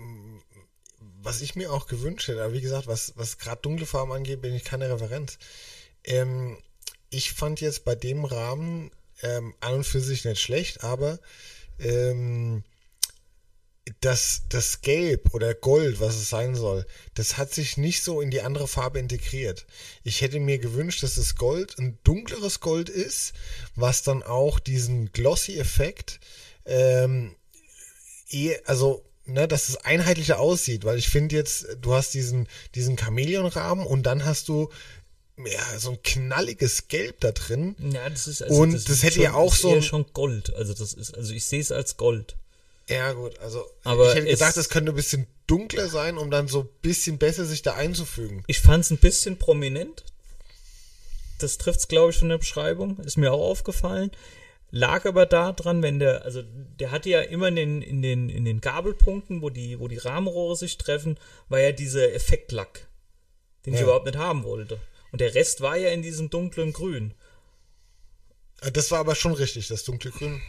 was ich mir auch gewünscht hätte, aber wie gesagt, was, was gerade dunkle Farben angeht, bin ich keine Referenz. Ähm, ich fand jetzt bei dem Rahmen ähm, an und für sich nicht schlecht, aber ähm, Das, das Gelb oder Gold, was es sein soll, das hat sich nicht so in die andere Farbe integriert. Ich hätte mir gewünscht, dass das Gold ein dunkleres Gold ist, was dann auch diesen Glossy-Effekt, ähm, eh, also, ne, dass es einheitlicher aussieht, weil ich finde jetzt, du hast diesen, diesen Chamäleonrahmen und dann hast du ja, so ein knalliges Gelb da drin. Ja, das ist, also, und das, das ist hätte schon, ja auch ist so eher schon Gold. Also das ist, also ich sehe es als Gold. Ja, gut, also aber ich hätte gedacht, es könnte ein bisschen dunkler sein, um dann so ein bisschen besser sich da einzufügen. Ich fand es ein bisschen prominent. Das trifft es, glaube ich, von der Beschreibung. Ist mir auch aufgefallen. Lag aber da dran, wenn der, also der hatte ja immer in den, in den, in den Gabelpunkten, wo die, wo die Rahmenrohre sich treffen, war ja dieser Effektlack, den ja. ich überhaupt nicht haben wollte. Und der Rest war ja in diesem dunklen Grün. Das war aber schon richtig, das dunkle Grün.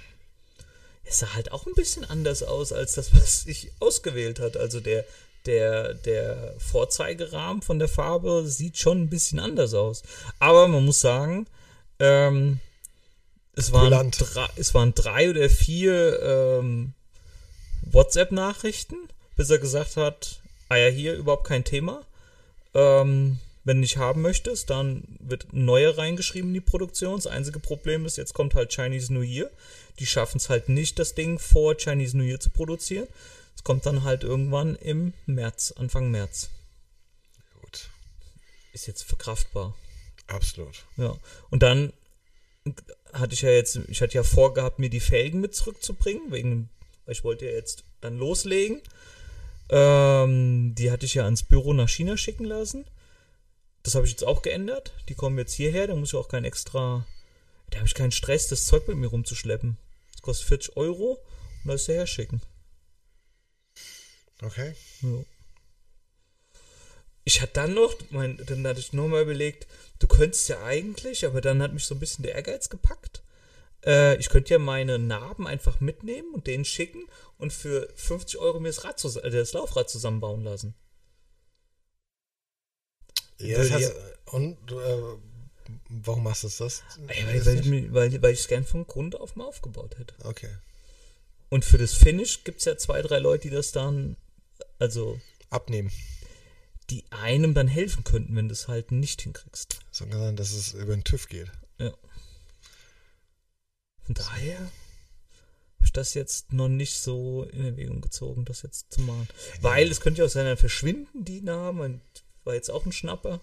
Es sah halt auch ein bisschen anders aus, als das, was ich ausgewählt hat. Also der, der, der Vorzeigerahmen von der Farbe sieht schon ein bisschen anders aus. Aber man muss sagen, ähm, es, waren drei, es waren drei oder vier ähm, WhatsApp-Nachrichten, bis er gesagt hat, ah ja, hier überhaupt kein Thema. Ähm, wenn du nicht haben möchtest, dann wird ein neuer reingeschrieben in die Produktion. Das einzige Problem ist, jetzt kommt halt Chinese New Year. Die schaffen es halt nicht, das Ding vor Chinese New Year zu produzieren. Es kommt dann halt irgendwann im März, Anfang März. Gut. Ist jetzt verkraftbar. Absolut. Ja. Und dann hatte ich ja jetzt, ich hatte ja vorgehabt, mir die Felgen mit zurückzubringen, wegen, weil ich wollte ja jetzt dann loslegen. Ähm, die hatte ich ja ans Büro nach China schicken lassen. Das habe ich jetzt auch geändert. Die kommen jetzt hierher, da muss ich auch kein extra, da habe ich keinen Stress, das Zeug mit mir rumzuschleppen. Das kostet vierzig Euro und da ist der herschicken. Okay. Ja. Ich hatte dann noch, mein, dann hatte ich nochmal überlegt, du könntest ja eigentlich, aber dann hat mich so ein bisschen der Ehrgeiz gepackt. Äh, ich könnte ja meine Narben einfach mitnehmen und denen schicken und für fünfzig Euro mir das, Rad, äh, das Laufrad zusammenbauen lassen. Ja, das heißt, und äh, warum machst du das? Ey, weil, weil, ich mir- weil, weil ich es gern von Grund auf mal aufgebaut hätte. Okay. Und für das Finish gibt es ja zwei, drei Leute, die das dann, also, Abnehmen. die einem dann helfen könnten, wenn du es halt nicht hinkriegst. So gesagt, dass es über den TÜV geht. Ja. Von daher habe ich das jetzt noch nicht so in Erwägung gezogen, das jetzt zu machen. Weil es könnte ja auch sein, dann verschwinden die Namen. War jetzt auch ein Schnapper.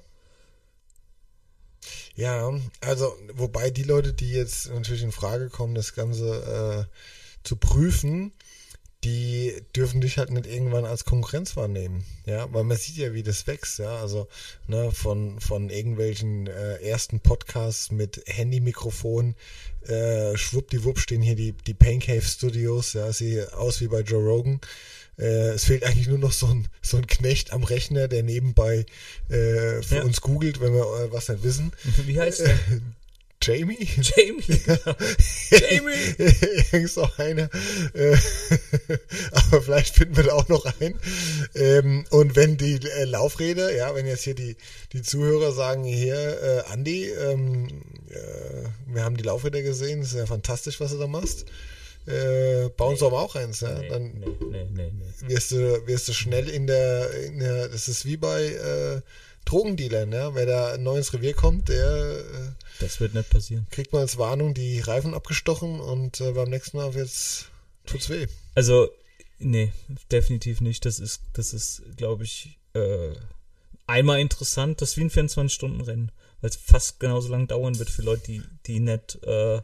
Ja, also, wobei die Leute, die jetzt natürlich in Frage kommen, das Ganze äh, zu prüfen, die dürfen dich halt nicht irgendwann als Konkurrenz wahrnehmen, ja, weil man sieht ja, wie das wächst, ja, also, ne, von, von irgendwelchen äh, ersten Podcasts mit Handymikrofon, äh, schwuppdiwupp stehen hier die, die Pancave Studios, ja, sieht aus wie bei Joe Rogan. Äh, es fehlt eigentlich nur noch so ein, so ein Knecht am Rechner, der nebenbei äh, für Ja. uns googelt, wenn wir äh, was nicht wissen. Wie heißt der? Jamie? Jamie. Genau. Jamie. Irgend so einer. Äh, aber vielleicht finden wir da auch noch einen. Ähm, und wenn die äh, Laufräder, ja, wenn jetzt hier die, die Zuhörer sagen, hier, äh, Andi, ähm, äh, wir haben die Laufräder gesehen, das ist ja fantastisch, was du da machst. Äh, bauen sie aber auch eins, ja. Nee, Dann nee, nee, nee, nee. wirst du, wirst du schnell in der, in der, das ist wie bei äh, Drogendealern, ja. Wer da neu ins Revier kommt, der äh, Das wird nicht passieren. kriegt man als Warnung die Reifen abgestochen und äh, beim nächsten Mal wird's, tut's weh. Also, nee, definitiv nicht. Das ist, das ist, glaube ich, äh, einmal interessant. Das ist wie ein vierundzwanzig-Stunden-Rennen, weil es fast genauso lang dauern wird für Leute, die, die nicht äh,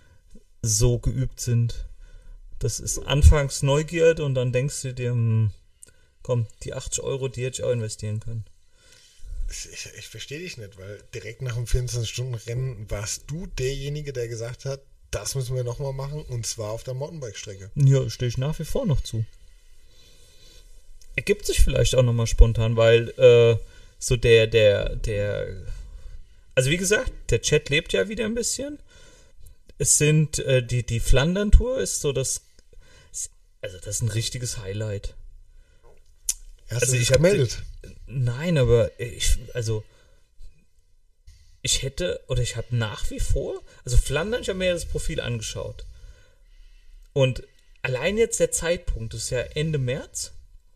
so geübt sind. Das ist anfangs Neugierde und dann denkst du dir, hm, komm, die achtzig Euro, die hätte ich auch investieren können. Ich, ich, ich verstehe dich nicht, weil direkt nach dem vierundzwanzig-Stunden-Rennen warst du derjenige, der gesagt hat, das müssen wir nochmal machen und zwar auf der Mountainbike-Strecke. Ja, stehe ich nach wie vor noch zu. Ergibt sich vielleicht auch nochmal spontan, weil äh, so der, der, der, also wie gesagt, der Chat lebt ja wieder ein bisschen. Es sind, äh, die, die Flandern-Tour ist so das, also das ist ein richtiges Highlight. Hast Also du dich ich hab gemeldet? Nein, aber ich, also, ich hätte, oder ich habe nach wie vor, also Flandern, ich habe mir das Profil angeschaut. Und allein jetzt der Zeitpunkt, das ist ja Ende März,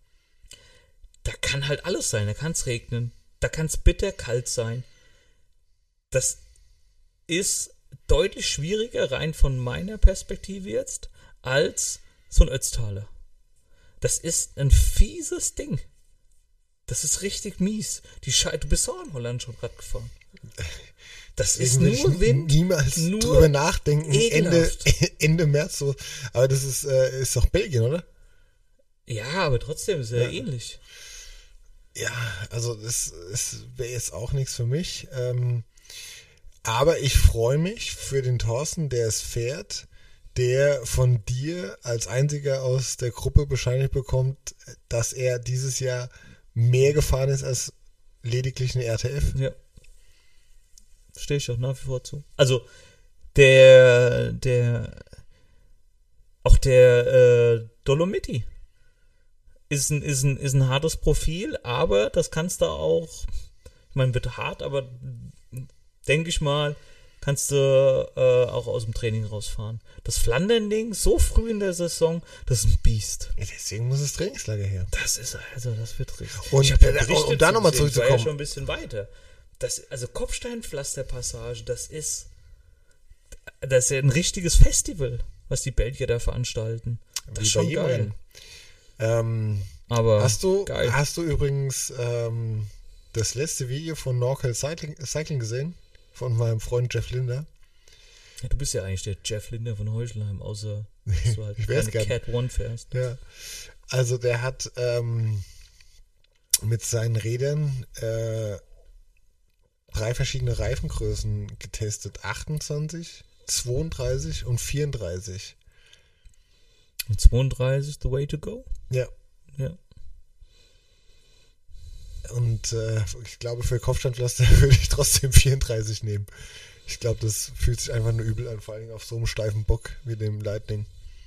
da kann halt alles sein, da kann es regnen, da kann es bitter kalt sein. Das ist deutlich schwieriger, rein von meiner Perspektive jetzt, als so ein Ötztaler. Das ist ein fieses Ding. Das ist richtig mies. Die Schei- du bist auch in Holland schon gerade gefahren. Das ist Deswegen will ich nur Wind. Niemals nur drüber nachdenken. Ende, ekelhaft. Ende März so. Aber das ist, äh, ist doch Belgien, oder? Ja, aber trotzdem ist er Ja. ähnlich. Ja, also das, das wäre jetzt auch nichts für mich. Ähm, aber ich freue mich für den Thorsten, der es fährt, der von dir als einziger aus der Gruppe bescheinigt bekommt, dass er dieses Jahr mehr gefahren ist als lediglich eine R T F. Ja. Stehe ich auch nach wie vor zu. Also, der, der, auch der äh, Dolomiti ist ein, ist, ein, ist ein hartes Profil, aber das kannst du auch, ich meine, wird hart, aber denke ich mal, kannst du äh, auch aus dem Training rausfahren. Das Flandern-Ding, so früh in der Saison, das ist ein Biest. Ja, deswegen muss das Trainingslager her. Das ist, also, das wird richtig. Und, ich hab ja äh, berichtet um da nochmal zu gesehen, ich war zurückzukommen. ja schon ein bisschen weiter. Das, also Kopfsteinpflasterpassage, das ist, das ist ja ein richtiges Festival, was die Belgier da veranstalten. Das Wie ist schon bei jedem geil. Rennen. Ähm, Aber hast du, geil. hast du übrigens ähm, das letzte Video von Norcal Cycling, Cycling gesehen? Von meinem Freund Jeff Linder. Ja, du bist ja eigentlich der Jeff Linder von Heuchelheim, außer dass du halt Ich wär's keine gern. Cat One fährst. Ja. Also der hat ähm, mit seinen Rädern äh, drei verschiedene Reifengrößen getestet. achtundzwanzig, zweiunddreißig und vierunddreißig. Und zweiunddreißig the way to go? Ja. Ja. Und äh, ich glaube, für Kopfsteinpflaster würde ich trotzdem vierunddreißig nehmen. Ich glaube, das fühlt sich einfach nur übel an, vor allem auf so einem steifen Bock wie dem Lightning.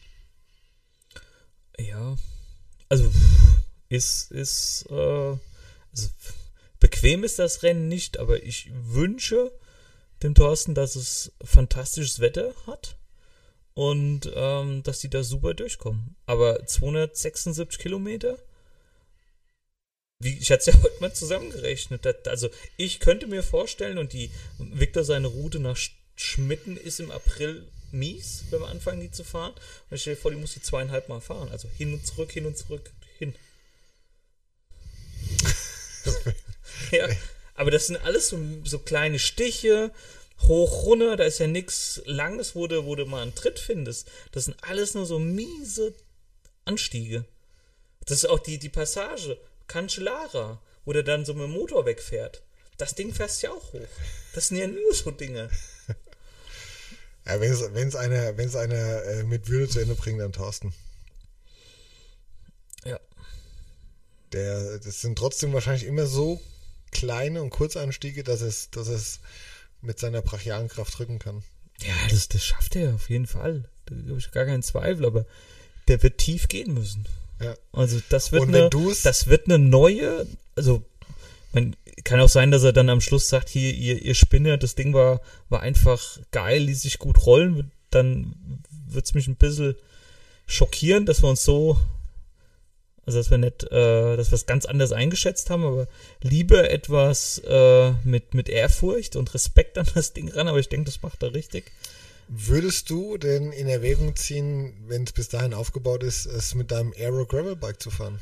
Ja. Also ist, ist, äh, also bequem ist das Rennen nicht, aber ich wünsche dem Thorsten, dass es fantastisches Wetter hat und ähm, dass die da super durchkommen. Aber zweihundertsechsundsiebzig Kilometer, wie, ich hatte es ja heute mal zusammengerechnet, das, also ich könnte mir vorstellen, und die Victor, seine Route nach Schmitten ist im April mies, wenn wir anfangen, die zu fahren. Und ich stelle dir vor, die muss die zweieinhalb Mal fahren, also hin und zurück, hin und zurück, hin. Ja, aber das sind alles so, so kleine Stiche, hoch, runter, da ist ja nichts Langes, wo du, wo du mal einen Tritt findest. Das sind alles nur so miese Anstiege. Das ist auch die, die Passage, Cancellara, wo der dann so mit dem Motor wegfährt. Das Ding fährst ja auch hoch. Das sind ja nur so Dinge. Ja, wenn es, wenn es einer, wenn es einer äh, mit Würde zu Ende bringt, dann Thorsten. Ja. Der, das sind trotzdem wahrscheinlich immer so kleine und Kurzanstiege, dass es, dass es mit seiner brachialen Kraft drücken kann. Ja, das, das schafft er auf jeden Fall. Da habe ich gar keinen Zweifel, aber der wird tief gehen müssen. Ja. Also das wird, Und wenn eine, du's- das wird eine neue, also man kann auch sein, dass er dann am Schluss sagt, hier, ihr, ihr Spinner, das Ding war, war einfach geil, ließ sich gut rollen, dann wird es mich ein bisschen schockieren, dass wir uns so, also dass wir nicht, äh, dass wir es ganz anders eingeschätzt haben, aber lieber etwas äh, mit, mit Ehrfurcht und Respekt an das Ding ran, aber ich denke, das macht er richtig. Würdest du denn in Erwägung ziehen, wenn es bis dahin aufgebaut ist, es mit deinem Aero Gravel Bike zu fahren?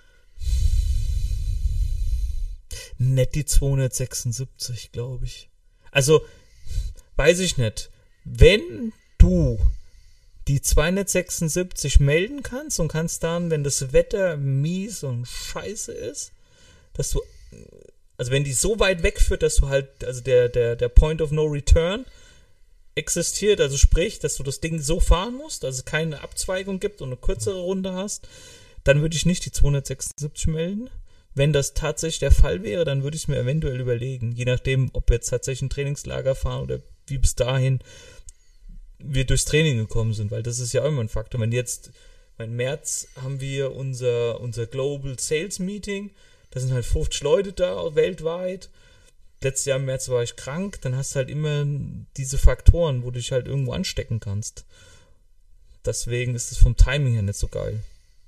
Nicht die zweihundertsechsundsiebzig, glaube ich. Also, weiß ich nicht. Wenn du die zweihundertsechsundsiebzig melden kannst und kannst dann, wenn das Wetter mies und scheiße ist, dass du, also wenn die so weit wegführt, dass du halt, also der, der, der Point of No Return existiert, also sprich, dass du das Ding so fahren musst, also keine Abzweigung gibt und eine kürzere Runde hast, dann würde ich nicht die zweihundertsechsundsiebzig melden. Wenn das tatsächlich der Fall wäre, dann würde ich es mir eventuell überlegen, je nachdem, ob wir jetzt tatsächlich ein Trainingslager fahren oder wie bis dahin wir durchs Training gekommen sind, weil das ist ja auch immer ein Faktor. Wenn jetzt, im März haben wir unser, unser Global Sales Meeting, da sind halt fünfzig Leute da weltweit. Letztes Jahr im März war ich krank, dann hast du halt immer diese Faktoren, wo du dich halt irgendwo anstecken kannst. Deswegen ist es vom Timing her nicht so geil.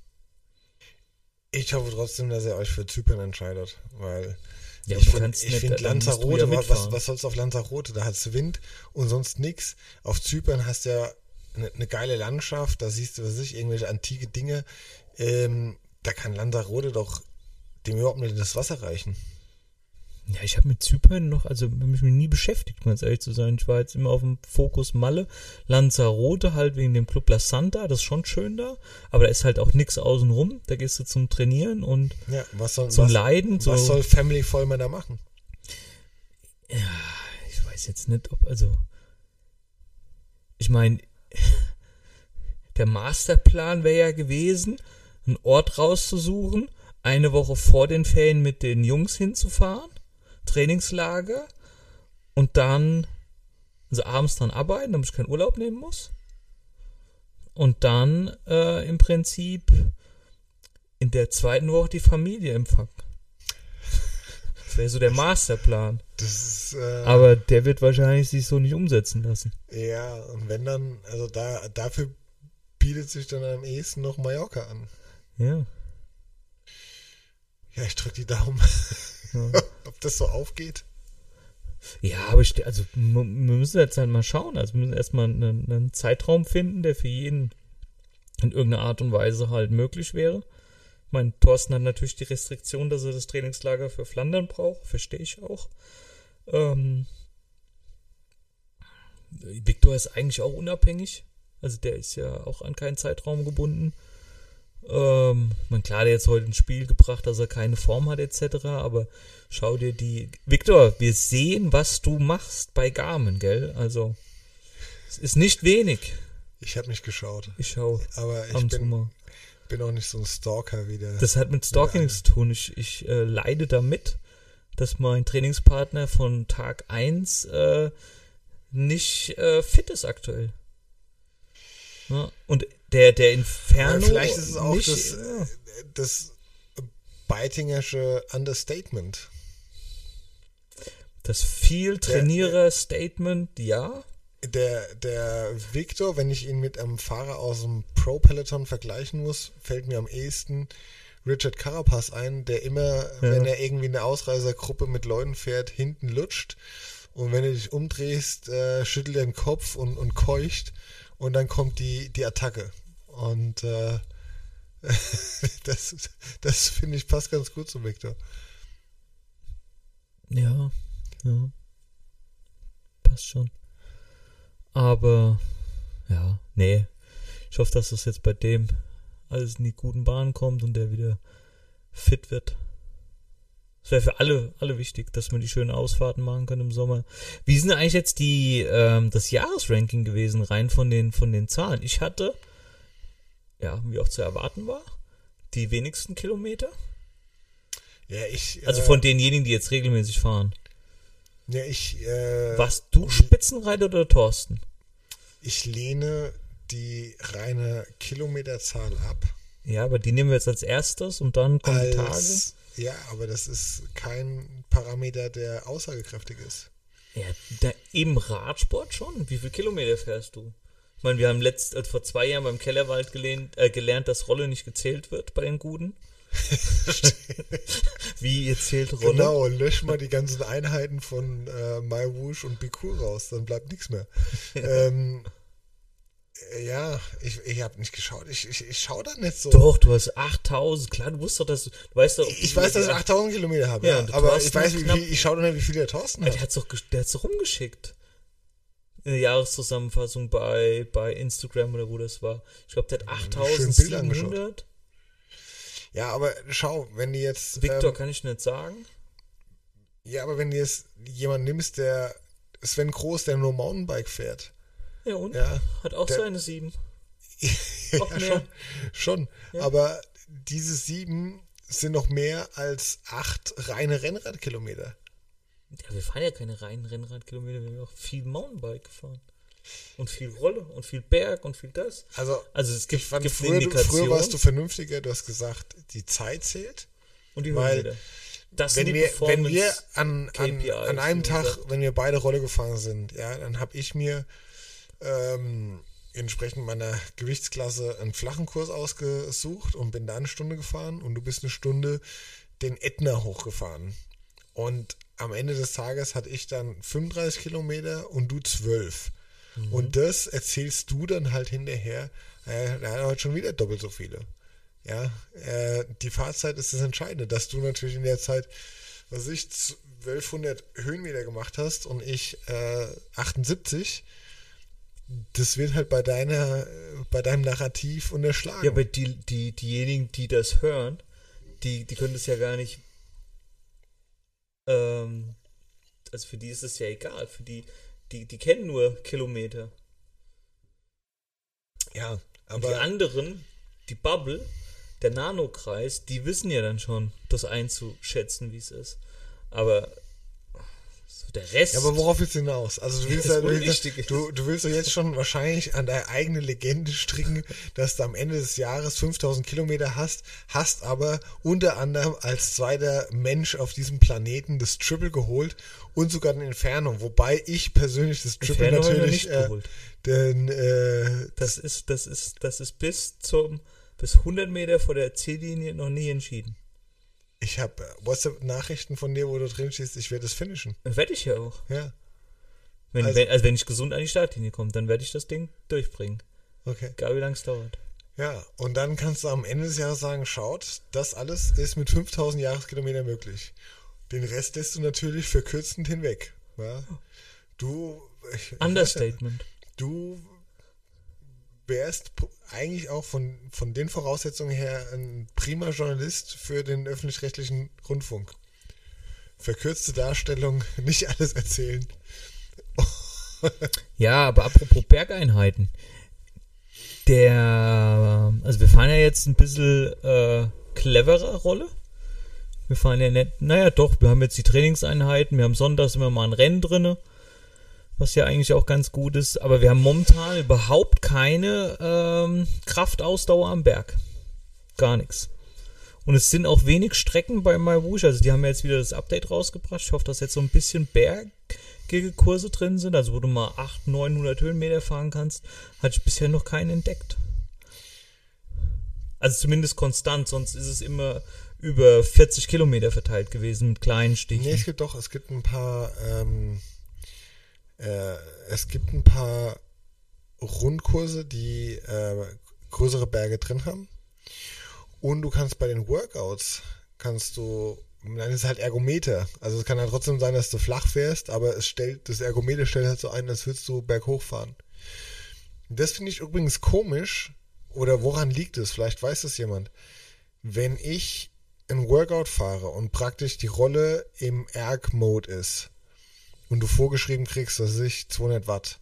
Ich hoffe trotzdem, dass ihr euch für Zypern entscheidet, weil Ja, ich du finde kannst nicht, find dann musst du Lanzarote, ja was, mitfahren. was soll's auf Lanzarote? Da hat's Wind und sonst nix. Auf Zypern hast du ja eine ne geile Landschaft, da siehst du, was weiß ich, irgendwelche antike Dinge. Ähm, da kann Lanzarote doch dem überhaupt nicht das Wasser reichen. Ja, ich habe mit Zypern noch, also habe mich nie beschäftigt, um ganz ehrlich zu sein. Ich war jetzt immer auf dem Fokus Malle, Lanzarote halt wegen dem Club La Santa, das ist schon schön da, aber da ist halt auch nix außenrum. Da gehst du zum Trainieren und Ja, was soll, zum was, Leiden. was so. soll Family Vollmer da machen? Ja, ich weiß jetzt nicht, ob, also, ich meine, der Masterplan wäre ja gewesen, einen Ort rauszusuchen, eine Woche vor den Ferien mit den Jungs hinzufahren, Trainingslager und dann, also abends dann arbeiten, damit ich keinen Urlaub nehmen muss. Und dann äh, im Prinzip in der zweiten Woche die Familie empfangen. Das wäre so der Masterplan. Das ist, äh, Aber der wird wahrscheinlich sich so nicht umsetzen lassen. ja, und wenn dann, also da, dafür bietet sich dann am ehesten noch Mallorca an. Ja. Ja, ich drück die Daumen. Ja, Ob das so aufgeht? ja aber ich, also wir müssen jetzt halt mal schauen. Also wir müssen erstmal einen, einen Zeitraum finden, der für jeden in irgendeiner Art und Weise halt möglich wäre. Ich meine, Thorsten hat natürlich die Restriktion, dass er das Trainingslager für Flandern braucht. Verstehe ich auch. Ähm, Victor ist eigentlich auch unabhängig. Also der ist ja auch an keinen Zeitraum gebunden. Ähm, man klar, der hat jetzt heute ins Spiel gebracht, dass er keine Form hat et cetera. Aber schau dir die... Victor, wir sehen, was du machst bei Garmin, gell? Also es ist nicht wenig. Ich habe nicht geschaut. Ich schau Aber ich ab und zu bin, mal. bin auch nicht so ein Stalker wie der. Das hat mit Stalking nichts zu tun. Ich, ich äh, leide damit, dass mein Trainingspartner von Tag eins äh, nicht äh, fit ist aktuell. Ja, und der, der Inferno... Aber vielleicht ist es auch nicht, das, ja. das Beitingersche Understatement. Das Das viel Trainierer-Statement, ja. Der, der Victor, wenn ich ihn mit einem Fahrer aus dem Pro-Peloton vergleichen muss, fällt mir am ehesten Richard Carapaz ein, der immer, ja. wenn er irgendwie eine Ausreißergruppe mit Leuten fährt, hinten lutscht und wenn du dich umdrehst, äh, schüttelt er den Kopf und, und keucht und dann kommt die, die Attacke. Und äh, das, das finde ich passt ganz gut zu Victor. Ja, ja. Passt schon. Aber, ja, nee. Ich hoffe, dass das jetzt bei dem alles in die guten Bahnen kommt und der wieder fit wird. Das wäre für alle, alle wichtig, dass man die schönen Ausfahrten machen kann im Sommer. Wie sind denn eigentlich jetzt die, ähm, das Jahresranking gewesen, rein von den, von den Zahlen? Ich hatte, ja, wie auch zu erwarten war, die wenigsten Kilometer. Ja, ich. Also äh, von denjenigen, die jetzt regelmäßig fahren. Ja, ich. Äh, Warst du Spitzenreiter oder Thorsten? Ich lehne die reine Kilometerzahl ab. Ja, aber die nehmen wir jetzt als erstes und dann kommen als, die Tage. Ja, aber das ist kein Parameter, der aussagekräftig ist. Ja, da, im Radsport schon. Wie viele Kilometer fährst du? Ich meine, wir haben letzt, äh, vor zwei Jahren beim Kellerwald gelehnt, äh, gelernt, dass Rolle nicht gezählt wird bei den Guten. Wie ihr zählt Rolle? Genau, lösch mal die ganzen Einheiten von äh, MyWoosh und Bikur raus, dann bleibt nichts mehr. ähm, ja, ich, ich habe nicht geschaut. Ich, ich, ich schaue da nicht so. Doch, du hast achttausend. Klar, du wusstest doch, dass du, du weißt doch. Ich weiß, dass ich achttausend Kilometer habe, ja, ja, aber ich weiß, wie knapp, viel, ich schaue doch nicht, wie viel der Thorsten hat. Der hat's doch, der hat's doch rumgeschickt. In der Jahreszusammenfassung bei, bei Instagram oder wo das war. Ich glaube, der hat achttausendsiebenhundert. Ja, aber schau, wenn du jetzt... Victor ähm, kann ich nicht sagen. Ja, aber wenn du jetzt jemanden nimmst, der Sven Groß, der nur Mountainbike fährt. Ja, und? Ja, hat auch der, seine sieben. ja, Auch mehr. schon. schon. Ja. Aber diese sieben sind noch mehr als acht reine Rennradkilometer. Ja, wir fahren ja keine reinen Rennradkilometer, wir haben auch viel Mountainbike gefahren. Und viel Rolle und viel Berg und viel das. Also, also es gibt, ich fand, gibt früher, eine Indikation. früher warst du vernünftiger, du hast gesagt, die Zeit zählt. Und die weil Höhenmeter. Das wenn sind die wir, wenn wir an, an, K P Is, an einem Tag, gesagt. wenn wir beide Rolle gefahren sind, ja, dann habe ich mir ähm, entsprechend meiner Gewichtsklasse einen flachen Kurs ausgesucht und bin da eine Stunde gefahren und du bist eine Stunde den Ätna hochgefahren. Und am Ende des Tages hatte ich dann fünfunddreißig Kilometer und du zwölf. Mhm. Und das erzählst du dann halt hinterher, äh, da hat er heute schon wieder doppelt so viele. Ja, äh, die Fahrzeit ist das Entscheidende, dass du natürlich in der Zeit, was weiß ich, zwölfhundert Höhenmeter gemacht hast und ich äh, achtundsiebzig. Das wird halt bei deiner, bei deinem Narrativ unterschlagen. Ja, aber die, die, diejenigen, die das hören, die, die können das ja gar nicht, ähm, also für die ist es ja egal, für die, die, die kennen nur Kilometer. Ja, aber und die anderen, die Bubble, der Nanokreis, die wissen ja dann schon, das einzuschätzen, wie es ist. Aber so der Rest... Ja, aber worauf willst du hinaus? Also du willst, ja, ja, du, willst du, du willst doch jetzt schon wahrscheinlich an deine eigene Legende stricken, dass du am Ende des Jahres fünftausend Kilometer hast, hast aber unter anderem als zweiter Mensch auf diesem Planeten das Triple geholt und sogar den Inferno, wobei ich persönlich das Triple Inferno natürlich... Nicht äh, geholt. denn, äh, das ist, das ist, das ist bis zum... bis hundert Meter vor der Ziellinie noch nie entschieden. Ich habe WhatsApp-Nachrichten von dir, wo du drin stehst, ich werde es finishen. Werde ich ja auch. Ja. Wenn, also, wenn, also wenn ich gesund an die Startlinie komme, dann werde ich das Ding durchbringen. Okay. Egal wie lange es dauert. Ja, und dann kannst du am Ende des Jahres sagen, schaut, das alles ist mit fünftausend Jahreskilometern möglich. Den Rest lässt du natürlich verkürzend hinweg. Ja? Du... Ich, Understatement. Ich du wärst eigentlich auch von, von den Voraussetzungen her ein prima Journalist für den öffentlich-rechtlichen Rundfunk. Verkürzte Darstellung, nicht alles erzählen. Ja, aber apropos Bergeinheiten. Der, also wir fahren ja jetzt ein bisschen äh, cleverer Rolle. Wir fahren ja nicht, naja doch, wir haben jetzt die Trainingseinheiten, wir haben sonntags immer mal ein Rennen drinne. Was ja eigentlich auch ganz gut ist, aber wir haben momentan überhaupt keine ähm, Kraftausdauer am Berg. Gar nichts. Und es sind auch wenig Strecken bei MyWhoosh. Also die haben ja jetzt wieder das Update rausgebracht. Ich hoffe, dass jetzt so ein bisschen bergige Kurse drin sind. Also wo du mal achthundert, neunhundert Höhenmeter fahren kannst. Hatte ich bisher noch keinen entdeckt. Also zumindest konstant. Sonst ist es immer über vierzig Kilometer verteilt gewesen mit kleinen Stichen. Nee, es gibt doch, es gibt ein paar, ähm, äh, es gibt ein paar Rundkurse, die äh, größere Berge drin haben. Und du kannst bei den Workouts, kannst du, dann ist es halt Ergometer. Also es kann ja trotzdem sein, dass du flach fährst, aber es stellt, das Ergometer stellt halt so ein, als würdest du berghoch fahren. Das finde ich übrigens komisch, oder woran liegt es? Vielleicht weiß das jemand. Wenn ich ein Workout fahre und praktisch die Rolle im Erg-Mode ist und du vorgeschrieben kriegst, dass ich zweihundert Watt.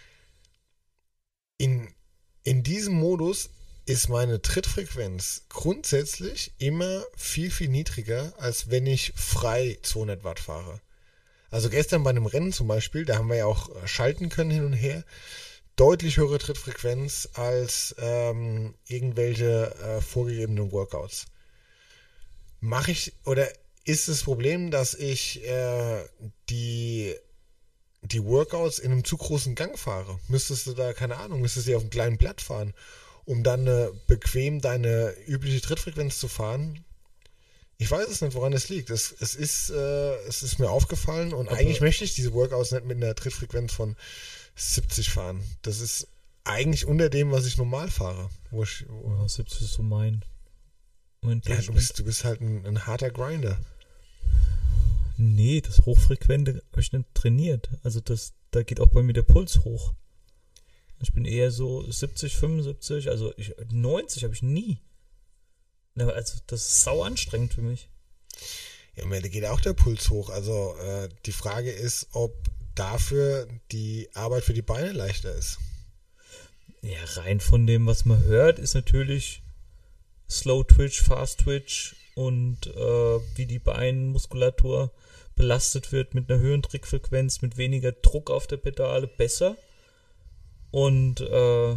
In, in diesem Modus ist meine Trittfrequenz grundsätzlich immer viel, viel niedriger, als wenn ich frei zweihundert Watt fahre. Also gestern bei einem Rennen zum Beispiel, da haben wir ja auch schalten können hin und her, deutlich höhere Trittfrequenz als ähm, irgendwelche äh, vorgegebenen Workouts. Mache ich, oder ist das Problem, dass ich äh, die die Workouts in einem zu großen Gang fahre? Müsstest du da, keine Ahnung, müsstest du auf einem kleinen Blatt fahren, um dann äh, bequem deine übliche Trittfrequenz zu fahren? Ich weiß es nicht, woran es liegt. Es, es, ist, äh, es ist mir aufgefallen und Aber eigentlich möchte ich diese Workouts nicht mit einer Trittfrequenz von siebzig fahren. Das ist eigentlich unter dem, was ich normal fahre. Wo ich, wo ja, siebzig ist so mein, mein ja, du bist, du bist halt ein, ein harter Grinder. Nee, das Hochfrequente habe ich nicht trainiert. Also das, da geht auch bei mir der Puls hoch. Ich bin eher so siebzig, fünfundsiebzig, also ich, neunzig habe ich nie. Also das ist sau anstrengend für mich. Ja, mir geht auch der Puls hoch. Also äh, die Frage ist, ob dafür die Arbeit für die Beine leichter ist. Ja, rein von dem, was man hört, ist natürlich Slow Twitch, Fast Twitch und äh, wie die Beinmuskulatur belastet wird mit einer höheren Trittfrequenz, mit weniger Druck auf der Pedale besser. Und äh,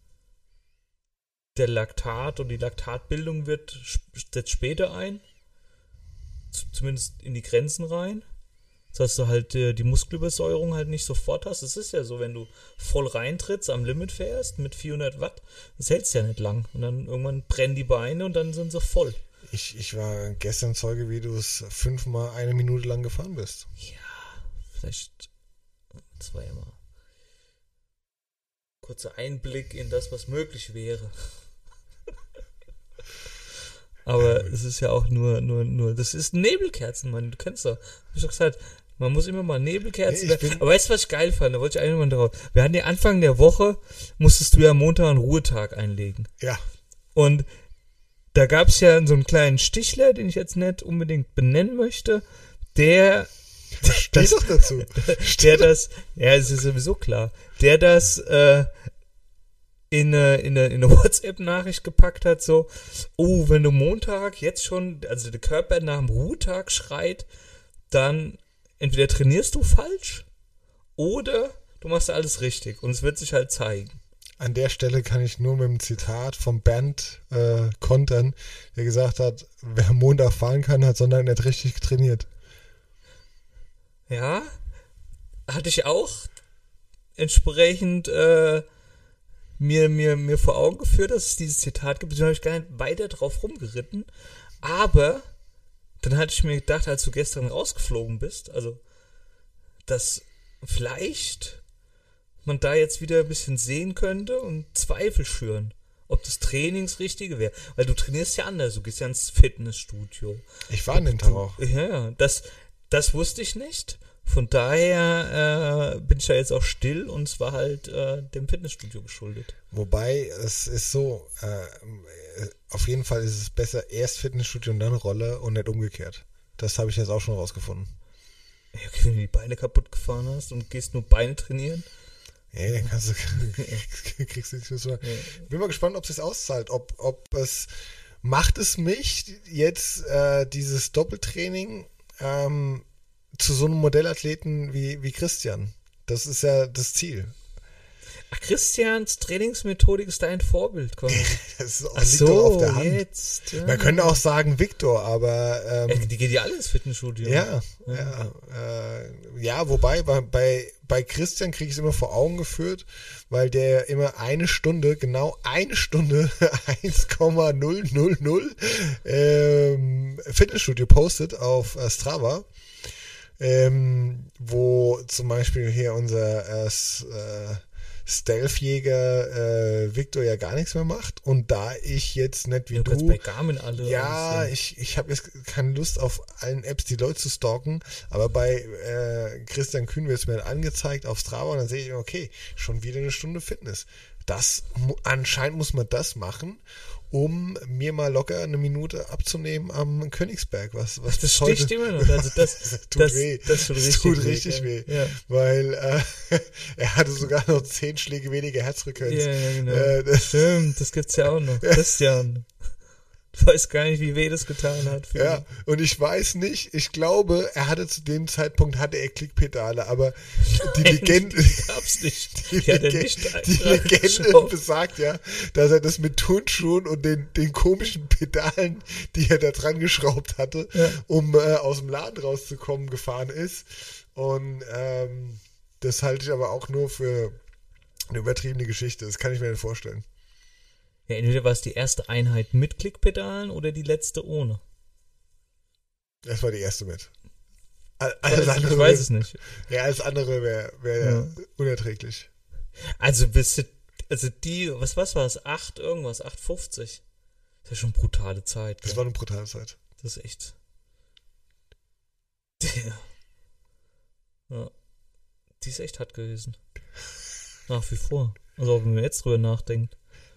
der Laktat und die Laktatbildung wird setzt später ein, Z- zumindest in die Grenzen rein. Dass du halt äh, die Muskelübersäuerung halt nicht sofort hast. Es ist ja so, wenn du voll reintrittst, am Limit fährst mit vierhundert Watt, das hältst ja nicht lang. Und dann irgendwann brennen die Beine und dann sind sie voll. Ich, ich war gestern Zeuge, wie du es fünfmal eine Minute lang gefahren bist. Ja, vielleicht zweimal. Kurzer Einblick in das, was möglich wäre. Aber es ist ja auch nur, nur, nur, das ist Nebelkerzen, Mann, du kennst doch. Hab ich doch gesagt, man muss immer mal Nebelkerzen. Nee, aber weißt du, was ich geil fand? Da wollte ich eigentlich mal drauf. Wir hatten ja Anfang der Woche, musstest du ja Montag einen Ruhetag einlegen. Ja. Und da gab es ja so einen kleinen Stichler, den ich jetzt nicht unbedingt benennen möchte, der Steh doch dazu. der das, ja, es ist sowieso klar, der das äh, in eine, in eine, in eine WhatsApp-Nachricht gepackt hat, so, oh, wenn du Montag jetzt schon, also der Körper nach dem Ruhetag schreit, dann entweder trainierst du falsch oder du machst alles richtig und es wird sich halt zeigen. An der Stelle kann ich nur mit dem Zitat vom Bernd äh, kontern, der gesagt hat, wer Montag fahren kann, hat Sonntag nicht richtig trainiert. Ja, hatte ich auch entsprechend äh, mir, mir, mir vor Augen geführt, dass es dieses Zitat gibt. Da habe ich gar nicht weiter drauf rumgeritten. Aber dann hatte ich mir gedacht, als du gestern rausgeflogen bist, also, dass vielleicht man da jetzt wieder ein bisschen sehen könnte und Zweifel schüren, ob das Training das Richtige wäre. Weil du trainierst ja anders, du gehst ja ins Fitnessstudio. Ich war an dem Tag auch. Ja, das, das wusste ich nicht. Von daher äh, bin ich ja jetzt auch still und es war halt äh, dem Fitnessstudio geschuldet. Wobei, es ist so, äh, auf jeden Fall ist es besser, erst Fitnessstudio und dann Rolle und nicht umgekehrt. Das habe ich jetzt auch schon rausgefunden. Ja, okay, wenn du die Beine kaputt gefahren hast und gehst nur Beine trainieren. Ja, dann kannst du, kriegst du nicht so. Ja. Bin mal gespannt, ob es sich auszahlt, ob, ob es, macht es mich jetzt äh, dieses Doppeltraining ähm, zu so einem Modellathleten wie, wie Christian. Das ist ja das Ziel. Ach, Christians Trainingsmethodik ist dein Vorbild, quasi. Das ist auch, Ach liegt so, doch auf der Hand. jetzt. Ja. Man könnte auch sagen Victor, aber ähm, Äh, die geht ja alle ins Fitnessstudio. ja, ja, ja, äh, ja, wobei bei, bei, bei Christian kriege ich es immer vor Augen geführt, weil der immer eine Stunde, genau eine Stunde, eins Komma null null null ähm, Fitnessstudio postet auf äh, Strava, ähm, wo zum Beispiel hier unser äh, S- äh, Stealth-Jäger äh, Victor ja gar nichts mehr macht und da ich jetzt nicht wie Du du, kannst bei Garmin alle. ja, alles ich, ich habe jetzt keine Lust auf allen Apps die Leute zu stalken, aber bei äh, Christian Kühn wird es mir angezeigt auf Strava und dann sehe ich, okay, schon wieder eine Stunde Fitness. Das mu- anscheinend muss man das machen, um mir mal locker eine Minute abzunehmen am Königsberg, was was Das bis sticht heute immer noch. Also das, das tut das, weh. Das tut Das richtig tut weh. richtig ja. weh. Ja. Weil äh, er hatte sogar noch zehn Schläge weniger Herzfrequenz. Ja, ja, genau. Äh, das, Stimmt, das gibt's ja auch noch. Christian. Ich weiß gar nicht, wie weh das getan hat. Für ja, ihn. und ich weiß nicht, ich glaube, er hatte zu dem Zeitpunkt hatte er Klickpedale, aber die Legende, Die gab's nicht. die, Die hat er Legende, nicht die Legende geschaut. besagt ja, dass er das mit Turnschuhen und den, den komischen Pedalen, die er da dran geschraubt hatte, Ja. um äh, aus dem Laden rauszukommen, gefahren ist. Und ähm, das halte ich aber auch nur für eine übertriebene Geschichte. Das kann ich mir nicht vorstellen. Ja, entweder war es die erste Einheit mit Klickpedalen oder die letzte ohne. Das war die erste mit. All- Ich Alles weiß, andere ich weiß es nicht. Ja, alles andere wäre wär Ja. unerträglich. Also bist du, also die, was, was war es? acht irgendwas, acht fünfzig. Das ist ja schon brutale Zeit. Das gell? war eine brutale Zeit. Das ist echt. Ja. Ja. Die ist echt hart gewesen. Nach wie vor. Also auch wenn man jetzt drüber nachdenkt.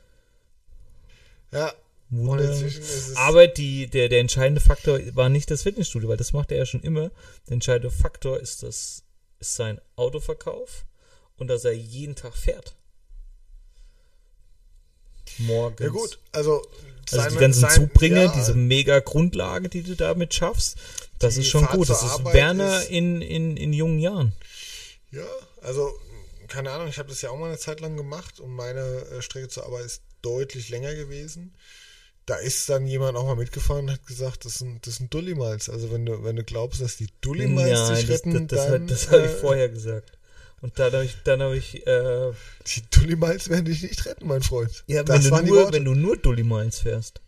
Ja, und Wunder. inzwischen ist es. Aber die, der, der entscheidende Faktor war nicht das Fitnessstudio, weil das macht er ja schon immer. Der entscheidende Faktor ist, das, ist sein Autoverkauf und dass er jeden Tag fährt. Morgens. ja, gut, also. Also sein- die ganzen sein- Zubringe, ja, diese mega Grundlage, die du damit schaffst, das Die ist schon Fahrt gut. zur Das ist Arbeit Werner ist- in, in, in jungen Jahren. Ja, also, keine Ahnung, ich habe das ja auch mal eine Zeit lang gemacht und meine äh, Strecke zur Arbeit ist deutlich länger gewesen. Da ist dann jemand auch mal mitgefahren und hat gesagt, das sind, das sind Dulli-Miles. Also wenn du, wenn du glaubst, dass die Dulli-Miles Ja, dich das, retten, das, das, dann das, das habe ich äh, vorher gesagt. Und dann habe ich, dann habe ich, äh, die Dulli-Miles werden dich nicht retten, mein Freund. ja, das wenn waren du, die nur, Worte. wenn du nur Dulli Miles fährst.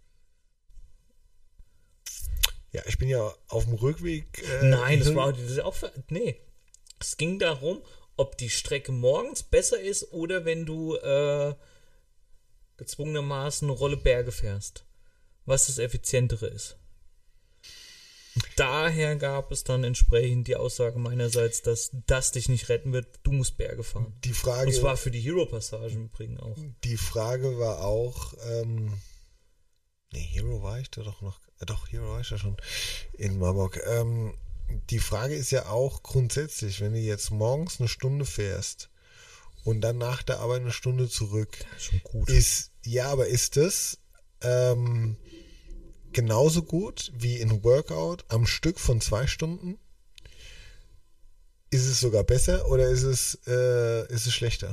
Ja, ich bin ja auf dem Rückweg. Äh, Nein, das hin- war das ist auch, für- nee. Es ging darum, ob die Strecke morgens besser ist oder wenn du, äh, gezwungenermaßen eine Rolle Berge fährst. Was das effizientere ist. Und daher gab es dann entsprechend die Aussage meinerseits, dass das dich nicht retten wird, du musst Berge fahren. Die Frage, Und zwar für die Hero-Passagen im Übrigen auch. die Frage war auch, ähm, nee, Hero war ich da doch noch, äh, doch, Hero war ich ja schon in Marburg. Ähm, die Frage ist ja auch grundsätzlich, wenn du jetzt morgens eine Stunde fährst und dann nach der Arbeit eine Stunde zurück, Das ist schon gut. ist, ja, aber ist das ähm, genauso gut wie ein Workout am Stück von zwei Stunden? Ist es sogar besser oder ist es, äh, ist es schlechter?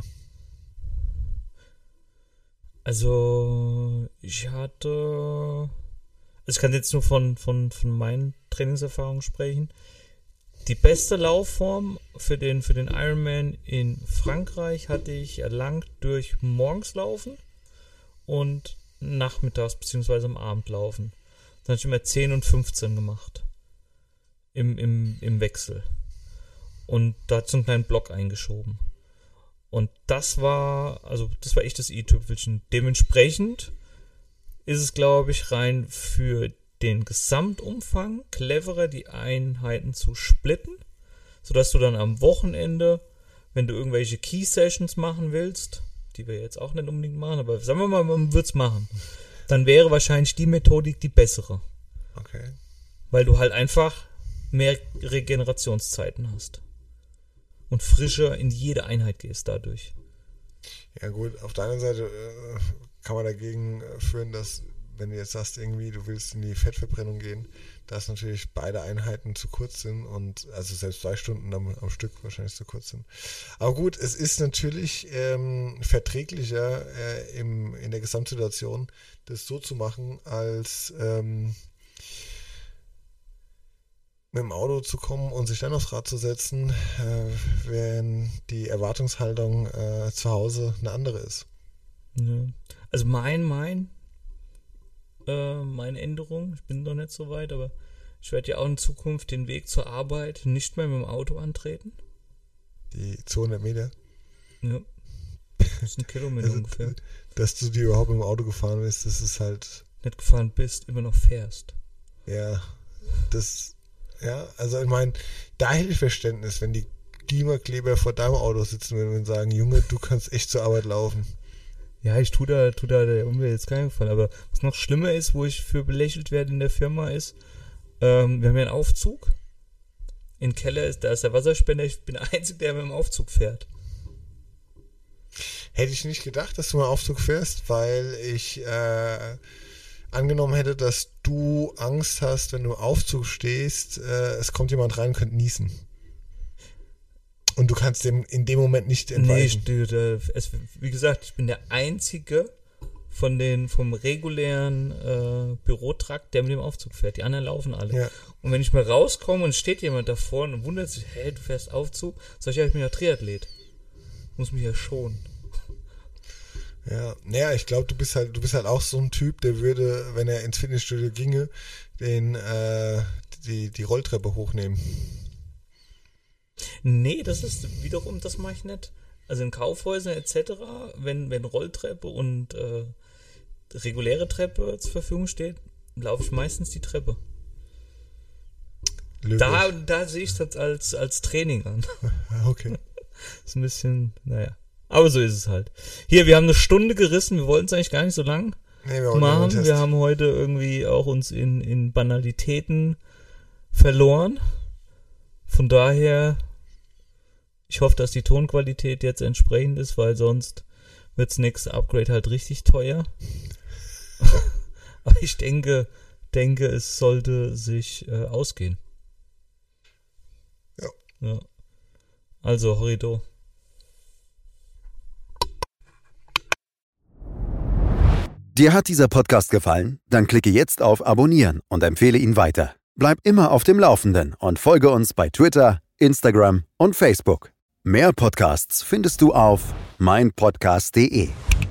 Also, ich hatte. Also ich kann jetzt nur von, von, von meinen Trainingserfahrungen sprechen. Die beste Laufform für den, für den Ironman in Frankreich hatte ich erlangt durch morgens laufen und nachmittags bzw. am Abend laufen. Dann habe ich immer zehn und fünfzehn gemacht. Im, im, im Wechsel. Und da hat so einen kleinen Block eingeschoben. Und das war, also das war echt das i-Tüpfelchen. Dementsprechend ist es, glaube ich, rein für den Gesamtumfang cleverer, die Einheiten zu splitten, sodass du dann am Wochenende, wenn du irgendwelche Key-Sessions machen willst, die wir jetzt auch nicht unbedingt machen, aber sagen wir mal, man würde es machen, dann wäre wahrscheinlich die Methodik die bessere. Okay. Weil du halt einfach mehr Regenerationszeiten hast. Und frischer in jede Einheit gehst dadurch. Ja gut, auf der anderen Seite äh, kann man dagegen äh, führen, dass wenn du jetzt sagst, irgendwie, du willst in die Fettverbrennung gehen, dass natürlich beide Einheiten zu kurz sind und also selbst zwei Stunden am, am Stück wahrscheinlich zu kurz sind. Aber gut, es ist natürlich ähm, verträglicher äh, im, in der Gesamtsituation, das so zu machen, als ähm, mit dem Auto zu kommen und sich dann aufs Rad zu setzen, äh, wenn die Erwartungshaltung äh, zu Hause eine andere ist. Ja. Also mein, mein, äh, meine Änderung, ich bin noch nicht so weit, aber ich werde ja auch in Zukunft den Weg zur Arbeit nicht mehr mit dem Auto antreten. Die zweihundert Meter? Ja. Das ist ein Kilometer also, ungefähr. Dass du dir überhaupt mit dem Auto gefahren bist, das ist halt... Nicht gefahren bist, immer noch fährst. Ja, das... Ja, also ich meine, da hätte ich Verständnis, wenn die Klimakleber vor deinem Auto sitzen würden und sagen, Junge, du kannst echt zur Arbeit laufen. Ja, ich tue da, tu da der Umwelt jetzt keinen Gefallen, aber was noch schlimmer ist, wo ich für belächelt werde in der Firma ist, ähm, wir haben ja einen Aufzug, im Keller ist, da ist der Wasserspender, ich bin der Einzige, der mit dem Aufzug fährt. Hätte ich nicht gedacht, dass du mal Aufzug fährst, weil ich äh, angenommen hätte, dass du Angst hast, wenn du im Aufzug stehst, äh, es kommt jemand rein und könnte niesen. Und du kannst dem in dem Moment nicht entweichen. Nee, ich, äh, es, wie gesagt, ich bin der Einzige von den vom regulären äh, Bürotrakt, der mit dem Aufzug fährt. Die anderen laufen alle. Ja. Und wenn ich mal rauskomme und steht jemand davor und wundert sich, hey, du fährst Aufzug, sag ich, ja, ich bin ja Triathlet. Muss mich ja schonen. Ja, naja, ich glaube, du bist halt, du bist halt auch so ein Typ, der würde, wenn er ins Fitnessstudio ginge, den äh, die, die Rolltreppe hochnehmen. Nee, das ist wiederum, das mache ich nicht. Also in Kaufhäusern et cetera, wenn, wenn Rolltreppe und äh, reguläre Treppe zur Verfügung steht, laufe ich meistens die Treppe. Löblich. Da, da sehe ich das als, als Training an. Okay. Ist ein bisschen, naja. Aber so ist es halt. Hier, wir haben eine Stunde gerissen, wir wollten es eigentlich gar nicht so lang Nee, wir machen. Wir haben heute irgendwie auch uns in, in Banalitäten verloren. Von daher, ich hoffe, dass die Tonqualität jetzt entsprechend ist, weil sonst wird das nächste Upgrade halt richtig teuer. Aber ich denke, denke, es sollte sich äh, ausgehen. Ja. Ja. Also, Horrido. Dir hat dieser Podcast gefallen? Dann klicke jetzt auf Abonnieren und empfehle ihn weiter. Bleib immer auf dem Laufenden und folge uns bei Twitter, Instagram und Facebook. Mehr Podcasts findest du auf meinpodcast punkt de.